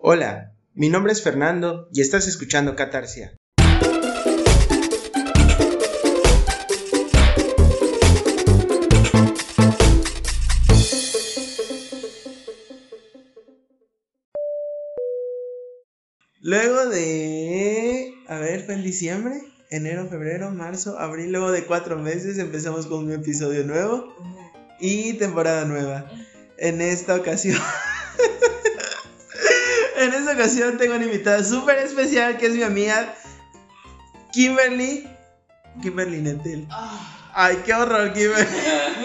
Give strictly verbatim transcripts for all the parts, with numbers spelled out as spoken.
Hola, mi nombre es Fernando y estás escuchando Catarsia. Luego de... A ver, fue en diciembre, enero, febrero, marzo, abril, luego de cuatro meses empezamos con un episodio nuevo y temporada nueva. En esta ocasión... en esta ocasión tengo una invitada súper especial que es mi amiga Kimberly. Kimberly Nettel. Ay, qué horror, Kimberly.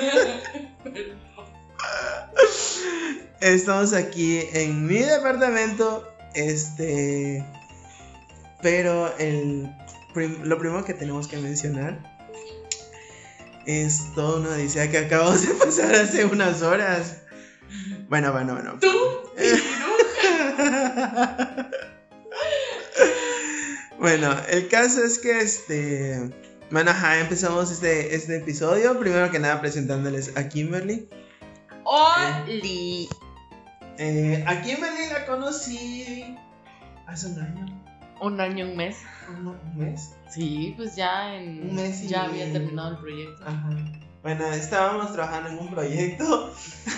Estamos aquí en mi departamento. Este, pero el, prim, lo primero que tenemos que mencionar es toda una odisea que acabamos de pasar hace unas horas. Bueno, bueno, bueno. ¿Tú? Bueno, el caso es que este, bueno, ajá, empezamos este, este episodio. Primero que nada presentándoles a Kimberly. ¡Oli! Eh, a Kimberly la conocí hace un año. Un año, un mes. ¿Un, un mes? Sí, pues ya en Un mes y... ya había terminado el proyecto. Ajá. Bueno, estábamos trabajando en un proyecto,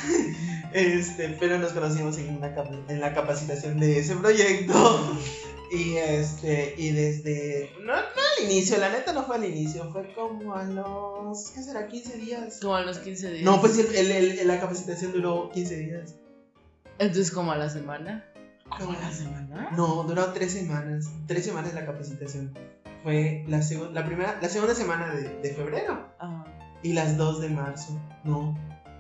este, pero nos conocimos en, una cap en la capacitación de ese proyecto. Y este, y desde, no, no al inicio, la neta no fue al inicio, fue como a los, ¿qué será? quince días. Como a los quince días. No, pues el, el, el, la capacitación duró quince días. Entonces, ¿como a la semana? ¿Como a la semana? No, duró tres semanas, tres semanas la capacitación. Fue la, la, primera, la segunda semana de, de febrero. Ah. Y las dos de marzo, no.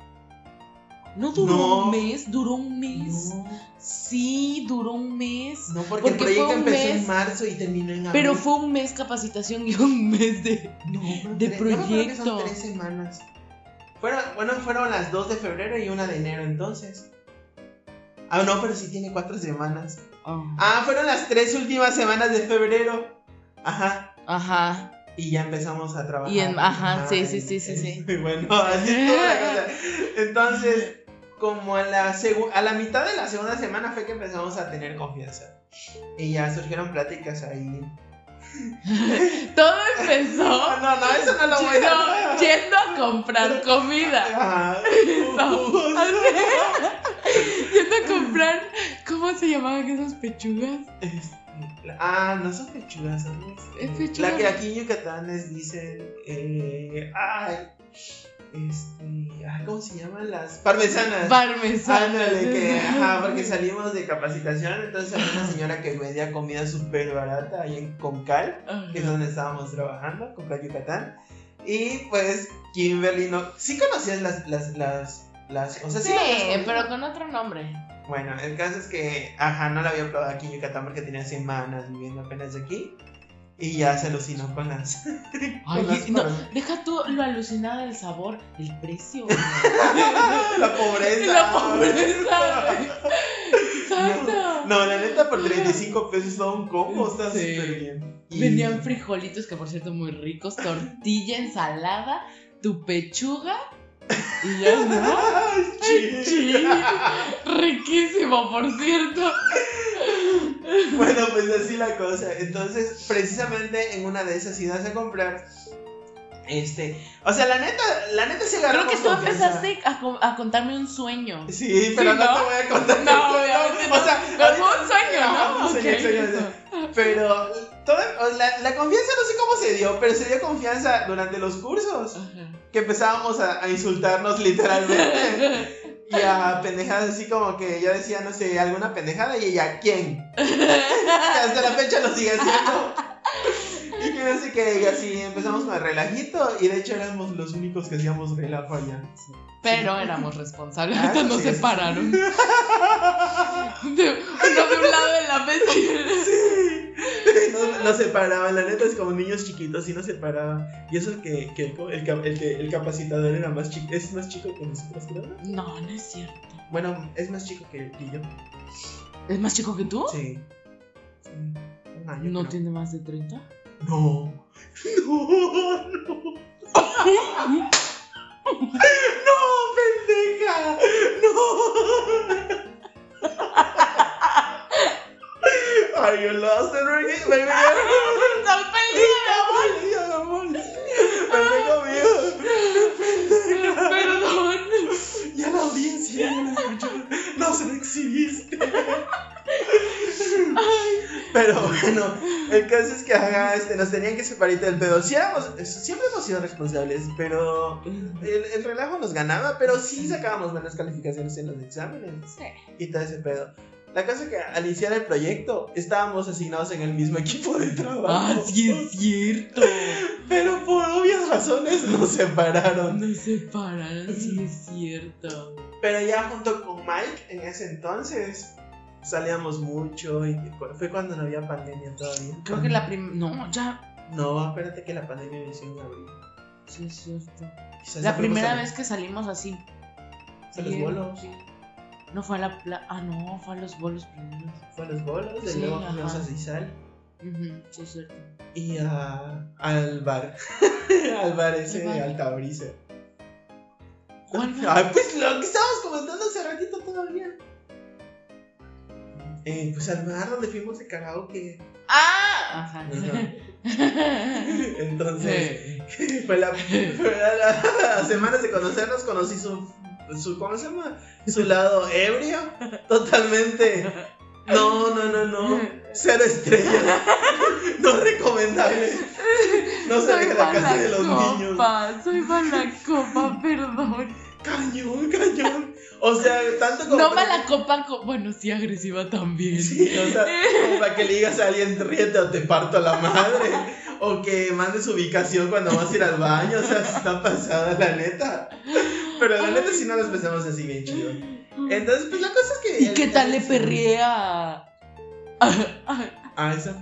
¿No duró no. un mes? ¿Duró un mes? No. Sí, duró un mes. No, porque, porque el proyecto empezó mes, en marzo y terminó en abril. Pero fue un mes capacitación y un mes de, no, de tres, proyecto. Yo me acuerdo que son tres semanas. Fueron, bueno, fueron las dos de febrero y una de enero entonces. Ah, no, pero sí tiene cuatro semanas. Oh. Ah, fueron las tres últimas semanas de febrero. Ajá. Ajá. Y ya empezamos a trabajar. Y en, ajá, ajá, sí, sí, sí, sí, sí. Bueno, así es toda la cosa. Entonces, como a la, a la mitad de la segunda semana fue que empezamos a tener confianza. Y ya surgieron pláticas ahí. Todo empezó. No, no, no, eso no lo voy a no, yendo a comprar comida. Ajá. No, así, yendo a comprar. ¿Cómo se llamaban esas pechugas? Este, ah, no son pechugas, son es pechuga. La que aquí en Yucatán les dicen. Eh, ay. Este, ay, ¿cómo se llaman las? Parmesanas. Parmesanas. Ándale, que, ajá, porque salimos de capacitación, entonces había una señora que vendía comida súper barata ahí en Concal, ajá, que es donde estábamos trabajando, Concal, Yucatán. Y pues, Kimberly, no, sí conocías las, las, las, las, o sea, sí, sí, pero con otro nombre. Bueno, el caso es que, ajá, no la había probado aquí en Yucatán porque tenía semanas viviendo apenas aquí. Y ya se alucinó con las... Ay, con las no, deja tú lo alucinado del sabor, el precio. La pobreza. La pobreza. Exacto. No, no, la neta, por treinta y cinco pesos todo un combo, está sí. súper bien. Y... Vendían frijolitos, que por cierto muy ricos, tortilla, ensalada, tu pechuga y ya no. Ay, sí. Riquísimo, por cierto. Bueno, pues así la cosa. Entonces, precisamente en una de esas idas a comprar, este, o sea, la neta, la neta se agarró. Creo que tú empezaste a, a contarme un sueño. Sí, pero sí, ¿no? no te voy a contar. No, obviamente no. O sea, pero fue un sueño, ¿no? no okay. sueño, sueño, pero toda, la, la confianza no sé cómo se dio, pero se dio confianza durante los cursos. Ajá. Que empezábamos a, a insultarnos literalmente. Y a pendejadas así como que yo decía, no sé, alguna pendejada y ella, ¿quién? Que hasta la fecha lo sigue haciendo. Y que no sé qué, y así empezamos con el relajito y de hecho éramos los únicos que hacíamos relajo allá. Sí. Pero éramos responsables, ah, nos sí, separaron. Sí. De, uno de un lado de la mesa. Sí. Nos, nos separaban, la neta es como niños chiquitos y nos separaban. Y eso que, que el, el, el, el capacitador era más chico, es más chico que nosotros, ¿no? No, no es cierto. Bueno, es más chico que, que yo. ¿Es más chico que tú? Sí. Sí. Un año, ¿No creo. tiene más de treinta? No. No, no. No, pendeja. No. baby girl. Soy feliz, mi amor. Me tengo miedo. perdón. Ya la audiencia ya la escuchó. No se lo exhibiste. Pero bueno, el caso es que ajá, este, nos tenían que separar del pedo. Sí éramos, siempre hemos sido responsables, pero el, el relajo nos ganaba, pero sí sacábamos buenas calificaciones en los exámenes. Sí. Y todo ese pedo. La cosa es que al iniciar el proyecto estábamos asignados en el mismo equipo de trabajo. Ah, sí es cierto. Pero por obvias razones nos separaron. Nos separaron, sí es cierto. Pero ya junto con Mike en ese entonces salíamos mucho y fue cuando no había pandemia todavía. Creo que la primera... No, ya... No, espérate que la pandemia inició en abril. Sí es cierto. Quizás La ya primera fuimos a- vez que salimos así. a los bolos. Sí. No fue a la pla... Ah, no, fue a los bolos primero. Fue a los bolos, de Sí, luego ajá. fuimos a Zizal Uh-huh, sí es cierto. y a, al bar. Al bar ese ¿Al de bar? Alta Brisa. ¿Cuál fue? Ay, pues lo que estábamos comentando hace ratito todavía. Eh, pues al bar donde fuimos de karaoke. ¡Ah! Ajá. Entonces, fue la, fue la, las semanas de conocernos, conocí su, su, ¿cómo se llama? Su lado ebrio, totalmente. No, no, no, no. Cero estrellas. No recomendable. No se Soy ve la casa mala de los niños. copa, soy mala copa, perdón. Cañón, cañón. O sea, tanto como. No mala copa, co- bueno, sí agresiva también. Sí, o sea, como para que le digas a alguien, ríete o te parto la madre. O que mandes ubicación cuando vas a ir al baño. O sea, está pasada, la neta. Pero la neta, si no las pensamos así bien chido. Entonces, pues la cosa es que. ¿Y qué tal le perrié a... a- Ah, esa.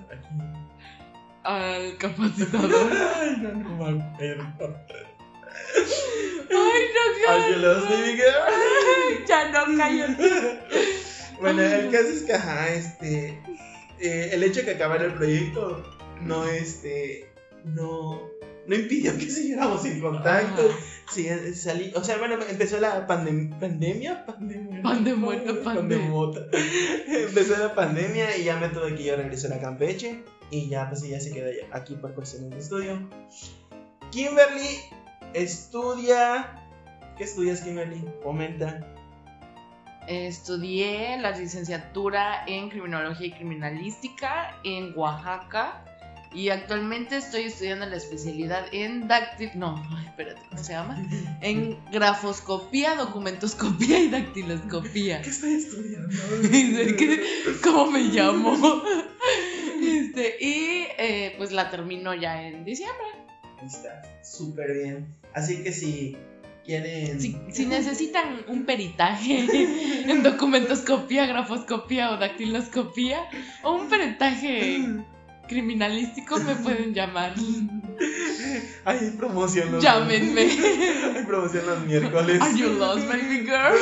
al capacitador? Ay, no, no me acuerdo. Ay, no, Ay, you lost me, baby girl. Ay, ya no, cállate. Bueno, el caso es que, ajá, este. eh, el hecho de que acabara el proyecto no, este. No. No impidió que siguiéramos en contacto. Sí, salí. O sea, bueno, empezó la pandem- pandemia. Pandemia. Pandemuerta, pandemia. Pandemota. Empezó la pandemia y ya me tuve que yo regresar a Campeche. Y ya, pues ella se queda aquí por cuestiones de estudio. Kimberly estudia. ¿Qué estudias, Kimberly? Comenta. Estudié la licenciatura en Criminología y Criminalística en Oaxaca. Y actualmente estoy estudiando la especialidad en dactil... No, ay, espérate, ¿cómo se llama? En grafoscopía, documentoscopía y dactiloscopía. ¿Qué estoy estudiando? ¿Qué- ¿Cómo me llamo? Este, y eh, pues la termino ya en diciembre. Ahí está, súper bien. Así que si quieren... Si, si necesitan un peritaje en documentoscopía, grafoscopía o dactiloscopía, o un peritaje criminalístico, me pueden llamar. Hay promoción los Llámenme. Hay promoción los miércoles. Are you lost, baby girl?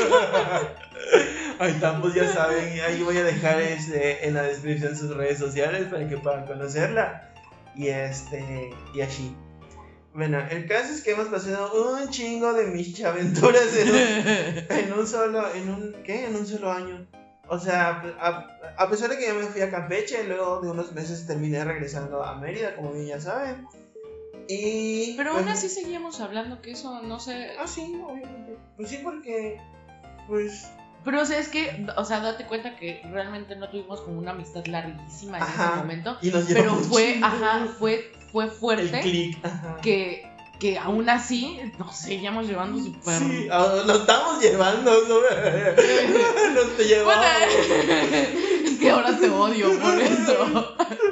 Ay, pues ya saben, ahí voy a dejar este, en la descripción sus redes sociales para que puedan conocerla. Y este, y así. Bueno, el caso es que hemos pasado un chingo de mis aventuras en un, en un solo, en un, ¿qué? En un solo año. O sea, a, a pesar de que yo me fui a Campeche, luego de unos meses terminé regresando a Mérida, como bien ya saben. Y... Pero pues, aún así seguíamos hablando que eso, no sé. Ah, sí, obviamente. Pues sí, porque, pues... Pero o sea, es que, o sea, date cuenta que realmente no tuvimos como una amistad larguísima en Ajá. ese momento. Y nos Pero llevamos fue, chingo. ajá, fue, fue El fuerte click, ajá. que, que aún así nos seguíamos llevando súper. Sí, ah, nos estamos llevando, ¿no? Nos te llevamos. Bueno, es que ahora te odio por eso.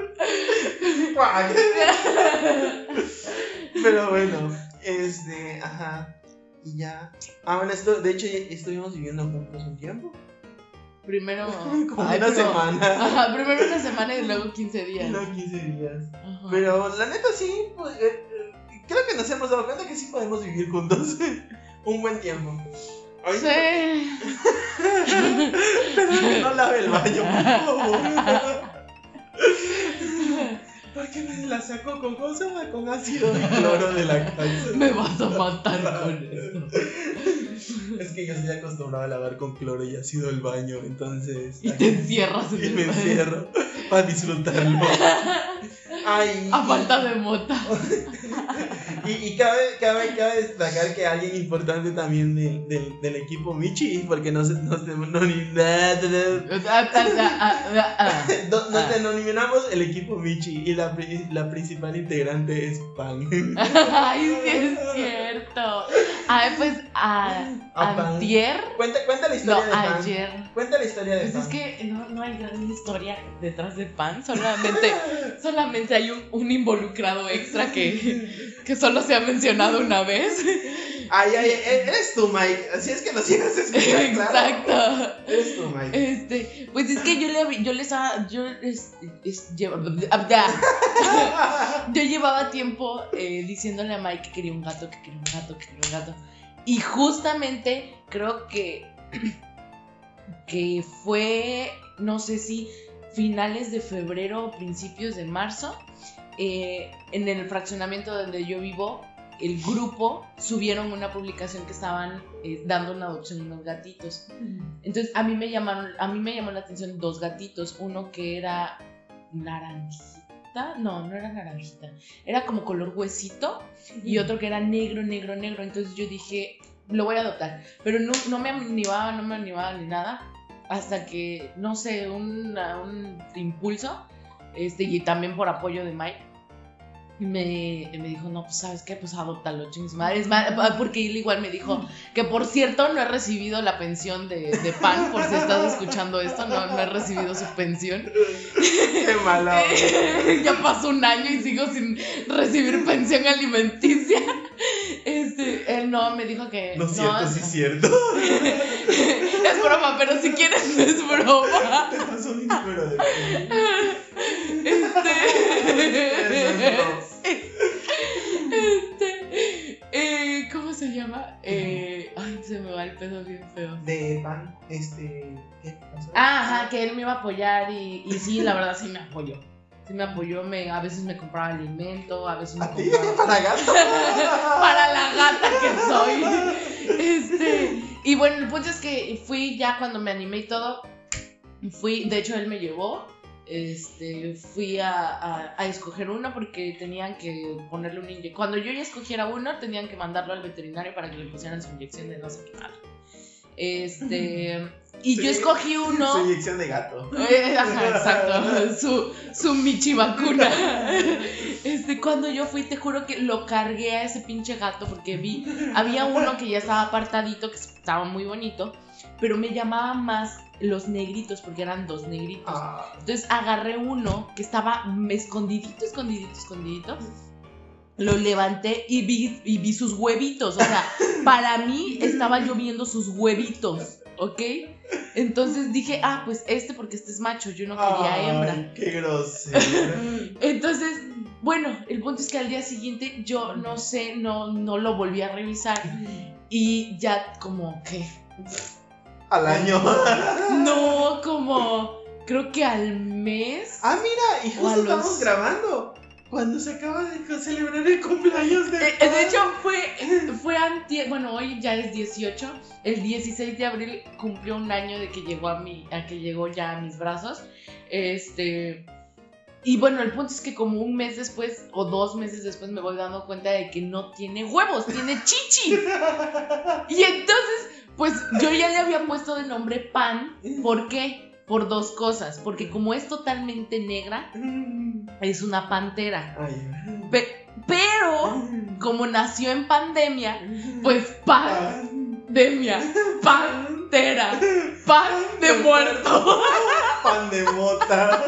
Pero bueno, este, ajá. Y ya. Ah, bueno, esto, de hecho, estuvimos viviendo juntos un tiempo. Primero. Como ay, una pero- semana. Ajá, primero una semana y luego quince días. No, quince días. Ajá. Pero la neta sí, pues, eh, eh, creo que nos hemos dado cuenta que sí podemos vivir juntos un buen tiempo. Ahorita- Sí. Pero que no lave el baño, por favor. Porque me la saco con cosa, con ácido y cloro de la casa. Me vas a matar con esto. Es que yo estoy acostumbrado a lavar con cloro y ácido el baño, entonces. Y te encierras en Y el me baño. encierro. para disfrutarlo. Ay, a falta de mota. Y, y cabe, cabe, cabe destacar que alguien importante también del, del, del equipo Michi, porque no se no se no, ni, nos denominamos el equipo Michi y la, la principal integrante es Pan. Ay, sí es cierto. Ay, pues a, a antier. Cuenta, cuenta la historia no, de Pan. Ayer. Cuenta la historia de pues Pan. Es que no, no hay gran historia detrás de Pan, solamente, solamente hay un, un involucrado extra que, que solo se ha mencionado una vez. Ay, ay, eres tú, Mike. Así es que nos llegas a escuchar. Exacto. Claro. Eres tú, Mike. Este, pues es que yo le yo les yo es, es, lleva, yo llevaba tiempo eh, diciéndole a Mike que quería un gato, que quería un gato, que quería un gato. Y justamente creo que que fue, no sé si finales de febrero o principios de marzo, eh, en el fraccionamiento donde yo vivo, el grupo subieron una publicación que estaban eh, dando una adopción a unos gatitos. Entonces a mí me llamaron, a mí me llamó la atención dos gatitos, uno que era naranjita, no, no era naranjita, era como color huesito, y otro que era negro, negro, negro. Entonces yo dije, lo voy a adoptar, pero no, no me animaba, no me animaba ni nada, hasta que, no sé, un, un impulso, este, y también por apoyo de Mike, me, me dijo, no, pues, ¿sabes qué? Pues, adóptalo, chingos madres, porque él igual me dijo, que por cierto, no he recibido la pensión de, de Pan, por si estás escuchando esto, no, no he recibido su pensión. Qué mala. Ya pasó un año y sigo sin recibir pensión alimenticia. Este, él no, me dijo que... No es cierto, no, sí es cierto. Es broma, pero si quieres no es broma. Te pasó un número de... Este... Este, eh, ¿cómo se llama? Eh, ay, se me va el pedo bien feo. De Pan, este, ¿qué pasó? Ah, ajá, que él me iba a apoyar y, y sí, la verdad sí me apoyó. Sí me apoyó, me, a veces me compraba alimento, a veces me ¿A ti? compraba... ¿Para gato? Para la gata que soy. Este, y bueno, el punto es que fui ya cuando me animé y todo, fui, de hecho él me llevó. Este, fui a, a, a escoger uno porque tenían que ponerle un inyección. Cuando yo ya escogiera uno, tenían que mandarlo al veterinario para que le pusieran su inyección de no sé qué mal. Este, y sí, yo escogí uno. Su inyección de gato. Eh, ajá, exacto. Su, su Michi vacuna. Este, cuando yo fui, te juro que lo cargué a ese pinche gato porque vi, había uno que ya estaba apartadito, que estaba muy bonito, pero me llamaba más los negritos, porque eran dos negritos. Ah. Entonces agarré uno que estaba escondidito, escondidito, escondidito. Lo levanté y vi, y vi sus huevitos. O sea, para mí estaba yo viendo sus huevitos, ¿ok? Entonces dije, ah, pues este porque este es macho, yo no quería Ay, hembra. ¡Qué grosero! Entonces, bueno, el punto es que al día siguiente yo no sé, no, no lo volví a revisar. Y ya como que... Al año. No, como creo que al mes. Ah, mira, y justo estamos los... grabando cuando se acaba de celebrar el cumpleaños de... Eh, de hecho, fue, fue antier, bueno, hoy ya es dieciocho. El dieciséis de abril cumplió un año de que llegó a mi, a que llegó ya a mis brazos. Este... Y bueno, el punto es que como un mes después o dos meses después me voy dando cuenta de que no tiene huevos, tiene chichis. Y entonces, pues yo ya le había puesto de nombre Pan. ¿Por qué? Por dos cosas. Porque como es totalmente negra, es una pantera. Pe- pero, como nació en pandemia, pues pandemia, pantera, pan de muerto. Pan de mota.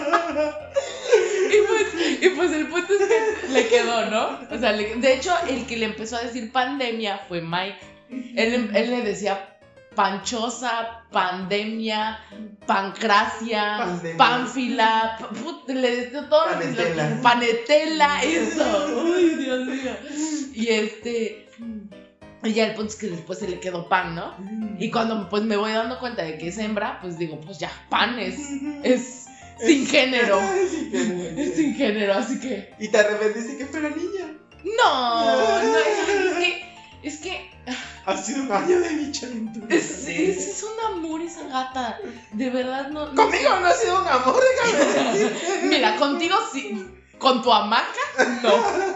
Y pues, y pues el punto es que le quedó, ¿no? O sea, le, de hecho, el que le empezó a decir pandemia fue Mike. Él, él le decía panchosa, pandemia, pancracia, pandemia. Pánfila, put, le decía todo. Panetela. Panetela, eso. Uy, Dios mío. Y este... Y ya el punto es que después se le quedó Pan, ¿no? Y cuando pues me voy dando cuenta de que es hembra, pues digo, pues ya, Pan es... es sin género. Es sin género, así que... ¿Y te arrepentiste que fuera niña? No, no, es que... Es que... Ha sido un año de bicha aventura. Es, es, es un amor esa gata. De verdad no. no Conmigo sé. no ha sido un amor, déjame decirte. Mira, contigo sí. Con tu hamaca, no.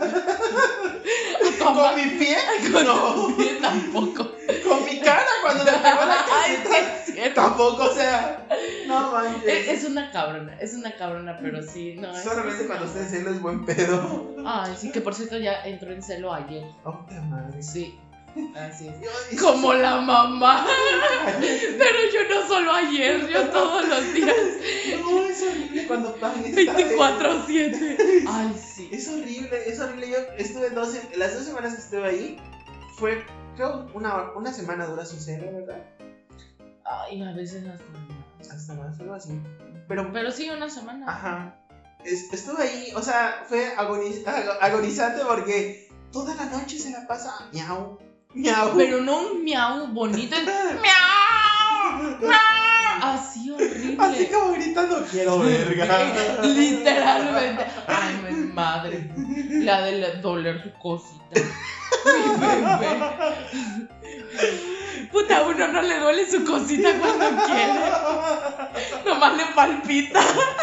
¿Con hamaca? Mi pie? Con no. tu pie tampoco. Con mi cara cuando le pegó la Ay, caseta. sí es cierto. Tampoco, o sea. No manches. Es, es una cabrona, es una cabrona, pero sí, no. Es, Solamente es cuando una... esté en celo es buen pedo. Ay, sí, que por cierto ya entró en celo ayer. Oh, puta madre. Sí. Así es. Yo- y- Como la mamá. Pero yo no solo ayer, yo todos los días. No, es horrible cuando pagan esta veinticuatro siete. Ay, sí. Es horrible, es horrible. Yo estuve dos, sem- las dos semanas que estuve ahí, fue, creo, una, una semana dura su celo, ¿verdad? Ay, a veces hasta más. Hasta más, algo así. Pero, Pero sí, una semana. ajá. Es- estuve ahí, o sea, fue agoniz- ag- agonizante porque toda la noche se la pasa miau, miau. Pero no un miau bonito, es miau, miau. Así horrible. Así como gritando, quiero verga. Literalmente. Ay, mi madre. La de doler tu cosita. Mi bebé. Puta, a uno no le duele su cosita cuando quiere. Nomás le palpita.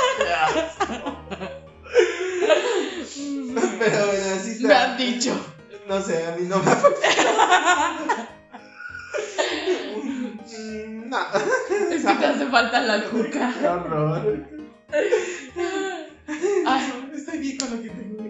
Pero bueno, así está. Me han dicho. No sé, a mí no me afecta. Mm, no. Es que te hace falta la cuca. Qué horror. Ay. Estoy bien con lo que tengo.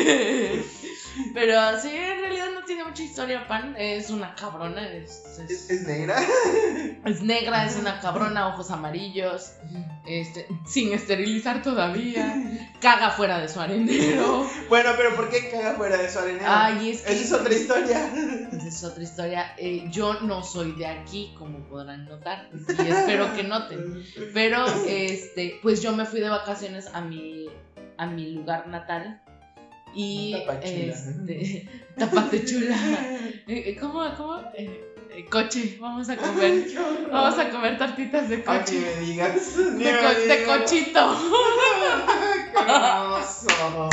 Pero sí, en realidad no tiene mucha historia, Pan. Es una cabrona. Es, es, ¿Es, es negra? es negra, es una cabrona, ojos amarillos. Este, sin esterilizar todavía. Caga fuera de su arenero. Bueno, pero ¿por qué caga fuera de su arenero? Ay, es que. Esa es otra historia. Esa es otra historia. Eh, yo no soy de aquí, como podrán notar. Y espero que noten. Pero, este, pues yo me fui de vacaciones a mi, a mi lugar natal. Y, Tapachula. este, Tapatechula. Eh, ¿Cómo, cómo? Eh, eh, coche, vamos a comer. Vamos a comer tortitas de Ay, ni coche. me digas. Ni De, me co- de digas. cochito. ¡Qué hermoso!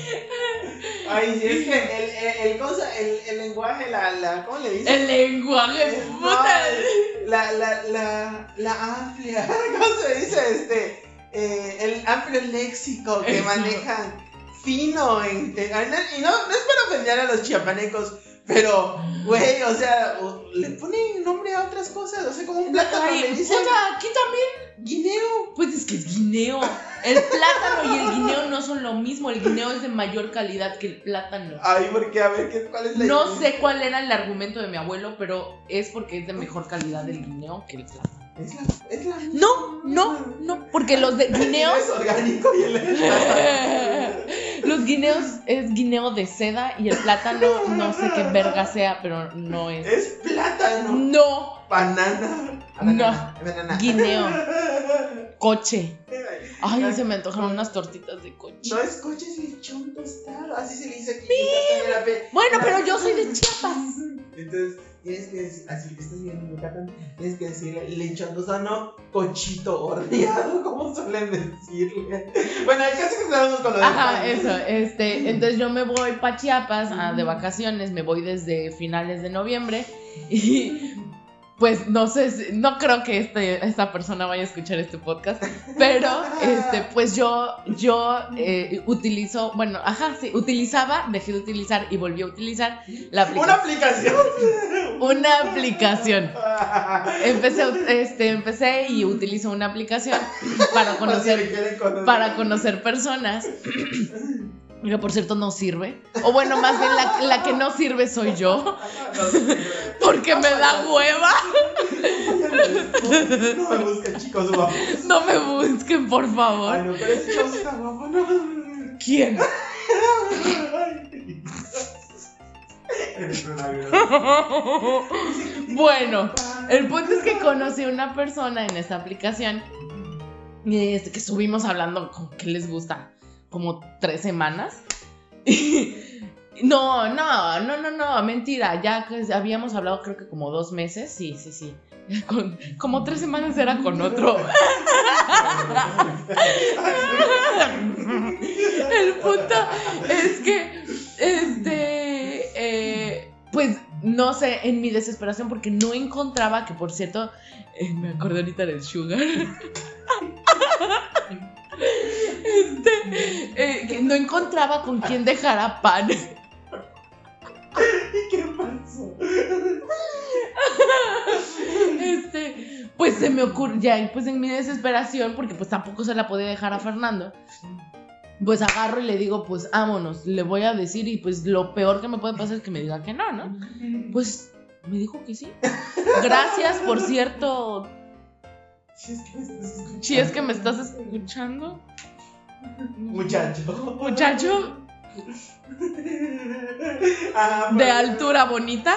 Ay, sí, es que el, el, el, cosa, el, el lenguaje, la, la, ¿cómo le dices? El lenguaje, No, puta. la, la, la, la amplia, ¿cómo se dice? Este, eh, el amplio léxico que Eso. manejan fino en, en- y no, no es para ofender a los chiapanecos, pero, güey, o sea, o- le ponen nombre a otras cosas, o sea, como un plátano Ay, le dicen puta, aquí también. guineo. Pues es que es guineo. El plátano y el guineo no son lo mismo. El guineo es de mayor calidad que el plátano. Ay, porque a ver, ¿qué, ¿cuál es la No diferencia? sé cuál era el argumento de mi abuelo, pero es porque es de mejor calidad el guineo que el plátano. Es la, es la No, no, no, porque los de guineos, es orgánico y el los guineos es guineo de seda y el plátano no sé qué verga sea, pero no es. es plátano. No, Banana. No. Banana. guineo, coche. Ay, se me antojaron unas tortitas de coche. No es coche, es lechón tostado. Así se le dice aquí. en la pe- Bueno, la- pero yo soy de Chiapas. Entonces, tienes que decir, así que estás viendo en Yucatán, tienes que decirle lechón tostado, no cochito horneado, como suelen decirle. Bueno, casi que estamos con lo de Ajá, pan. eso, este, entonces yo me voy para Chiapas ah, de vacaciones, me voy desde finales de noviembre y pues no sé, si- no creo que este, esta persona vaya a escuchar este podcast, pero este, pues yo, yo eh, utilizo, bueno, ajá, sí, utilizaba, dejé de utilizar y volví a utilizar la Una aplicación. aplicación. Una aplicación. Empecé, este, empecé y utilizo una aplicación para conocer, para conocer personas. Que por cierto no sirve. O bueno, más bien la, la que no sirve soy yo. Porque me da hueva. No me busquen, chicos guapos. No me busquen, por Ay, favor. no, pero ese chavo está guapo, no. ¿Quién? Eres una virgen. Bueno, el punto es que conocí a una persona en esta aplicación. Y este, que estuvimos hablando como que les gusta. Como tres semanas. No, no, no, no, no, mentira. Ya que habíamos hablado creo que como dos meses. Sí, sí, sí. Con, como tres semanas era con otro. El punto es que, este, eh, pues no sé, en mi desesperación, porque no encontraba, que por cierto, eh, me acordé ahorita del Sugar. Este, eh, que no encontraba con quién dejar a Pan. ¿Y qué pasó? Este, pues se me ocurrió, ya, pues en mi desesperación, porque pues tampoco se la podía dejar a Fernando, pues agarro y le digo, pues vámonos, le voy a decir, y pues lo peor que me puede pasar es que me diga que no, ¿no? Pues me dijo que sí. Gracias, por cierto. Si es que me estás escuchando. Si es que me estás escuchando. Muchacho. Muchacho. Ah, de altura bonita.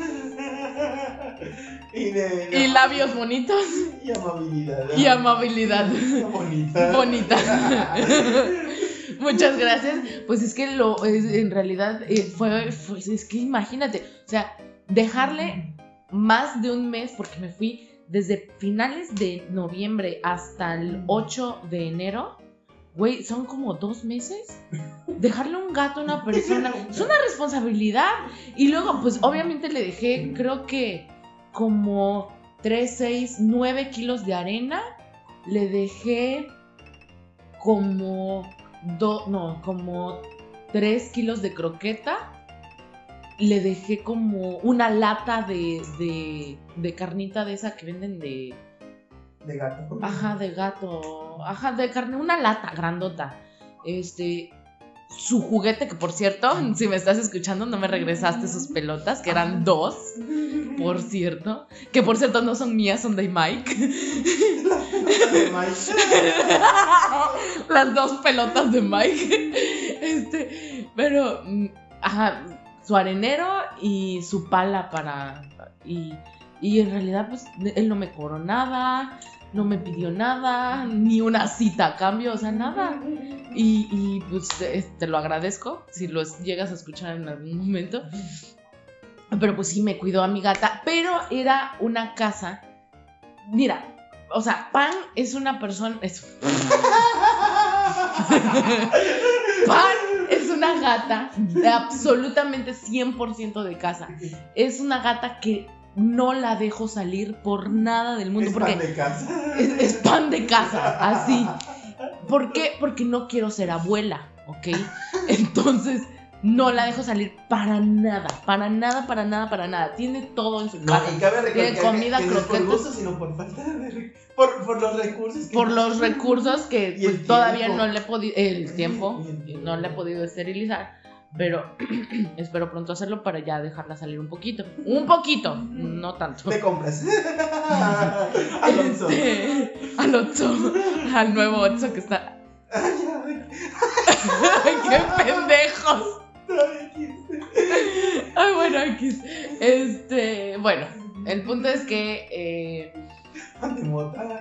Y, de, y labios bonitos. Y amabilidad. Y amabilidad. Bonita. Bonita. Muchas gracias. Pues es que lo es, en realidad eh, fue, fue, es que imagínate, o sea, dejarle más de un mes, porque me fui desde finales de noviembre hasta el ocho de enero. Güey, son como dos meses. Dejarle un gato a una persona es una responsabilidad. Y luego, pues obviamente le dejé, creo que como tres, seis, nueve kilos de arena. Le dejé como do, no, como tres kilos de croqueta. Le dejé como una lata de, de, de carnita de esa que venden de... De gato. Ajá, de gato. Ajá, de carne, una lata grandota. Este, su juguete, que por cierto, si me estás escuchando, no me regresaste sus pelotas, que eran dos, por cierto. Que por cierto no son mías, son de Mike. De Mike. Las dos pelotas de Mike. Este, pero, ajá, su arenero y su pala para... Y, y en realidad, pues, él no me cobró nada, no me pidió nada, ni una cita a cambio, o sea, nada. Y, y pues, te, te lo agradezco si lo llegas a escuchar en algún momento. Pero pues sí, me cuidó a mi gata, pero era una casa... Mira, o sea, Pan es una persona... Es... Pan es una gata de absolutamente cien por ciento de casa. Es una gata que no la dejo salir por nada del mundo. Es porque pan de casa. Es, es pan de casa, así. ¿Por qué? Porque no quiero ser abuela, ¿ok? Entonces... no la dejo salir para nada, para nada, para nada, para nada. Tiene todo en su No, casa. y cabe recalcar Tiene comida, que, que no es por croquetas. gusto, sino por falta de... Por, por los recursos. Que Por no- los recursos que Y el pues, todavía tiempo. no le he podido... El tiempo, Y el tiempo. no le he podido esterilizar. Pero espero pronto hacerlo para ya dejarla salir un poquito. Un poquito, no tanto. Me compras. Alonso. Este, al Otso, al nuevo Otso que está... Ay, ay, ¡Qué pendejos! ay, Ay, bueno, X. Este, bueno, el punto es que eh, pan de mota.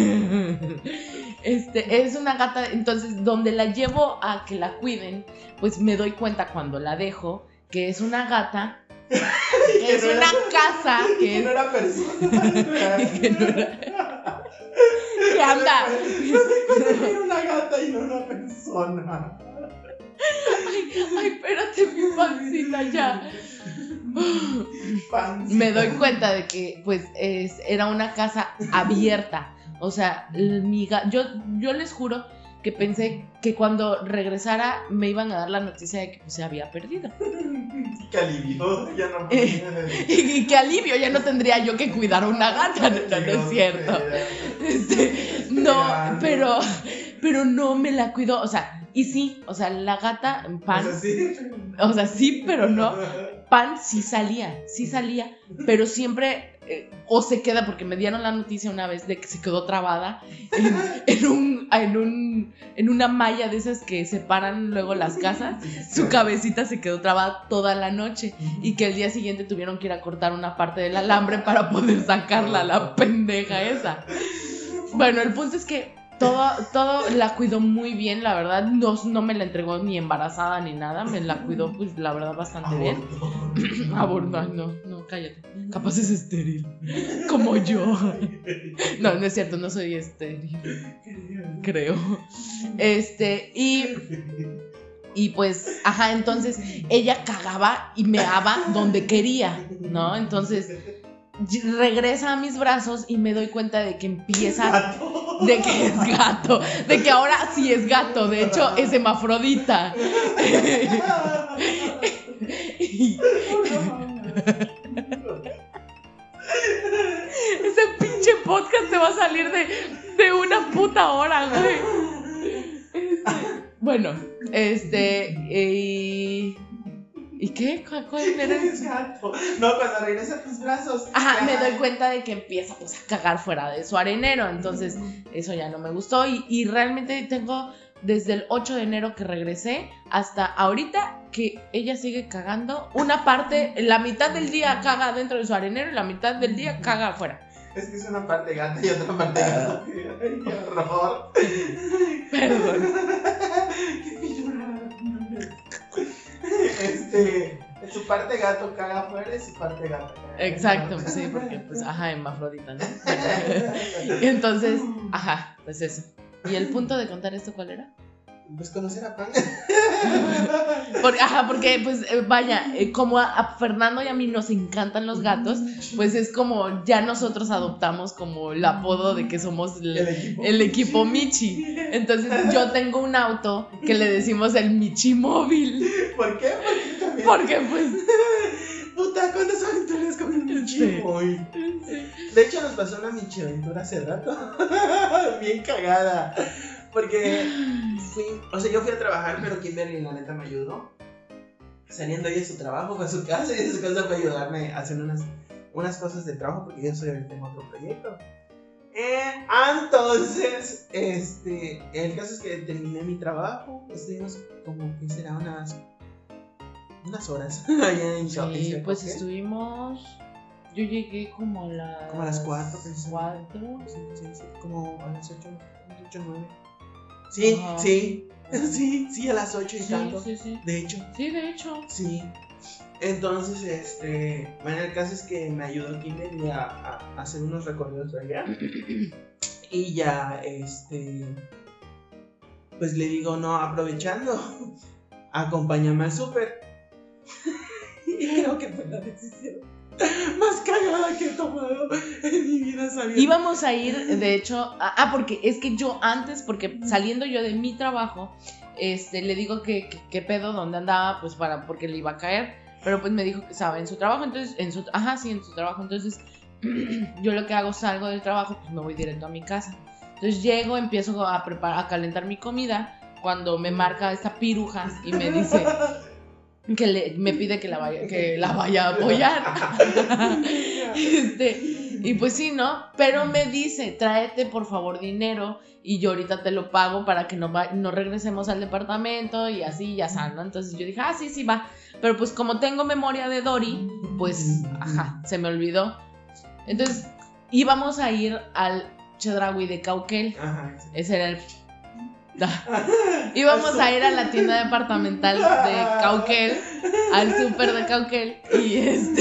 este es una gata, entonces donde la llevo a que la cuiden, pues me doy cuenta cuando la dejo que es una gata, que es no una era- casa Que que no es, era persona. y que no era- que anda. No sé cuándo era una gata y no una persona. Ay, ay, espérate mi pancita ya. Pancita. Me doy cuenta de que pues es, era una casa abierta. O sea, mi ga- yo, yo les juro que pensé que cuando regresara me iban a dar la noticia de que pues, se había perdido. Qué alivio. Ya no Eh, podía. Y qué alivio, ya no tendría yo que cuidar a una gata. No, no, no es cierto. Este, no, pero, pero no me la cuidó. O sea, y sí, o sea, la gata, Pan, O sea, sí. o sea, sí, pero no. Pan sí salía, sí salía, pero siempre eh, o se queda, porque me dieron la noticia una vez de que se quedó trabada en, en, un, en, un, en una malla de esas que separan luego las casas. Su cabecita se quedó trabada toda la noche y que el día siguiente tuvieron que ir a cortar una parte del alambre para poder sacarla, la pendeja esa. Bueno, el punto es que todo, todo la cuidó muy bien, la verdad. No, no me la entregó ni embarazada ni nada. Me la cuidó, pues, la verdad, bastante bien. Aborto, ay, no, no, cállate. Capaz es estéril. Como yo. No, no es cierto, no soy estéril. Creo. Este, y Y pues, ajá, entonces ella cagaba y meaba donde quería, ¿no? Entonces regresa a mis brazos y me doy cuenta de que empieza, de que es gato, de que ahora sí es gato, de hecho es hermafrodita. Ese pinche podcast te va a salir de, de una puta hora, güey. Este, bueno, este, y... ¿Y qué? ¿Cuál, cuál era Es gato. No, cuando regresa a tus brazos. Ajá, me doy cuenta de que empieza pues a cagar fuera de su arenero, entonces eso ya no me gustó y, y realmente tengo desde el ocho de enero que regresé hasta ahorita que ella sigue cagando. Una parte, la mitad del día caga dentro de su arenero y la mitad del día caga afuera. Es que es una parte gata y otra parte gato. Ay, qué horror. Perdón. Qué llorar. Este, su parte gato caga afuera y su parte gata caga. Exacto, pues sí, porque pues, ajá, hermafrodita, ¿no? Entonces, ajá, pues eso. ¿Y el punto de contar esto cuál era? Pues conocer a Pan. Porque, ajá, porque pues eh, vaya, eh, como a, a Fernando y a mí nos encantan los gatos, pues es como ya nosotros adoptamos como el apodo de que somos el, El equipo. el equipo Michi. Entonces yo tengo un auto que le decimos el Michi móvil. ¿Por qué? Porque también. Porque pues... Puta, ¿cuántas aventuras con el Michi Sí. móvil? De hecho nos pasó una Michi aventura hace rato. Bien cagada. Porque fui, o sea, yo fui a trabajar, pero Kimberly la neta me ayudó. Saliendo ella de su trabajo, fue a su casa y de su casa fue a ayudarme a hacer unas, unas cosas de trabajo porque yo soy ahorita en otro proyecto. Eh, entonces, este, el caso es que terminé mi trabajo, estuvimos como que será unas, unas horas allá en Shop. Sí, pues estuvimos... Yo llegué como a las... Como a las cuatro, cuatro. Sí, sí, sí, como a las ocho, ocho, nueve. Sí, Ajá. sí, sí, sí, a las ocho y Sí, tanto. sí, sí. De hecho, Sí, de hecho. sí. Entonces, este, bueno, el caso es que me ayudó Kimberly a, a, a hacer unos recorridos de allá. Y ya, este, pues le digo, no, aprovechando, acompáñame al súper. Y creo que fue la decisión más cagada que he tomado en mi vida, sabiendo. Íbamos a ir, de hecho, a- ah, porque es que yo antes, porque saliendo yo de mi trabajo, este, le digo que, que, que pedo, dónde andaba, pues para, porque le iba a caer, pero pues me dijo que estaba en su trabajo, entonces, en su, ajá, sí, en su trabajo, entonces, yo lo que hago, salgo del trabajo, pues me voy directo a mi casa, entonces llego, empiezo a preparar, a calentar mi comida, cuando me marca esta piruja y me dice... que le, me pide que la vaya, que la vaya a apoyar. este, y pues sí, ¿no? Pero me dice, tráete por favor dinero y yo ahorita te lo pago para que no, va, no regresemos al departamento y así, ya sabes, ¿no? Entonces yo dije, ah, sí, sí, va. Pero pues como tengo memoria de Dory, pues, ajá, se me olvidó. Entonces íbamos a ir al Chedraui de Cauquel. Ajá. Ese era el... Íbamos a ir a la tienda departamental de Cauquel, al súper de Cauquel, y este.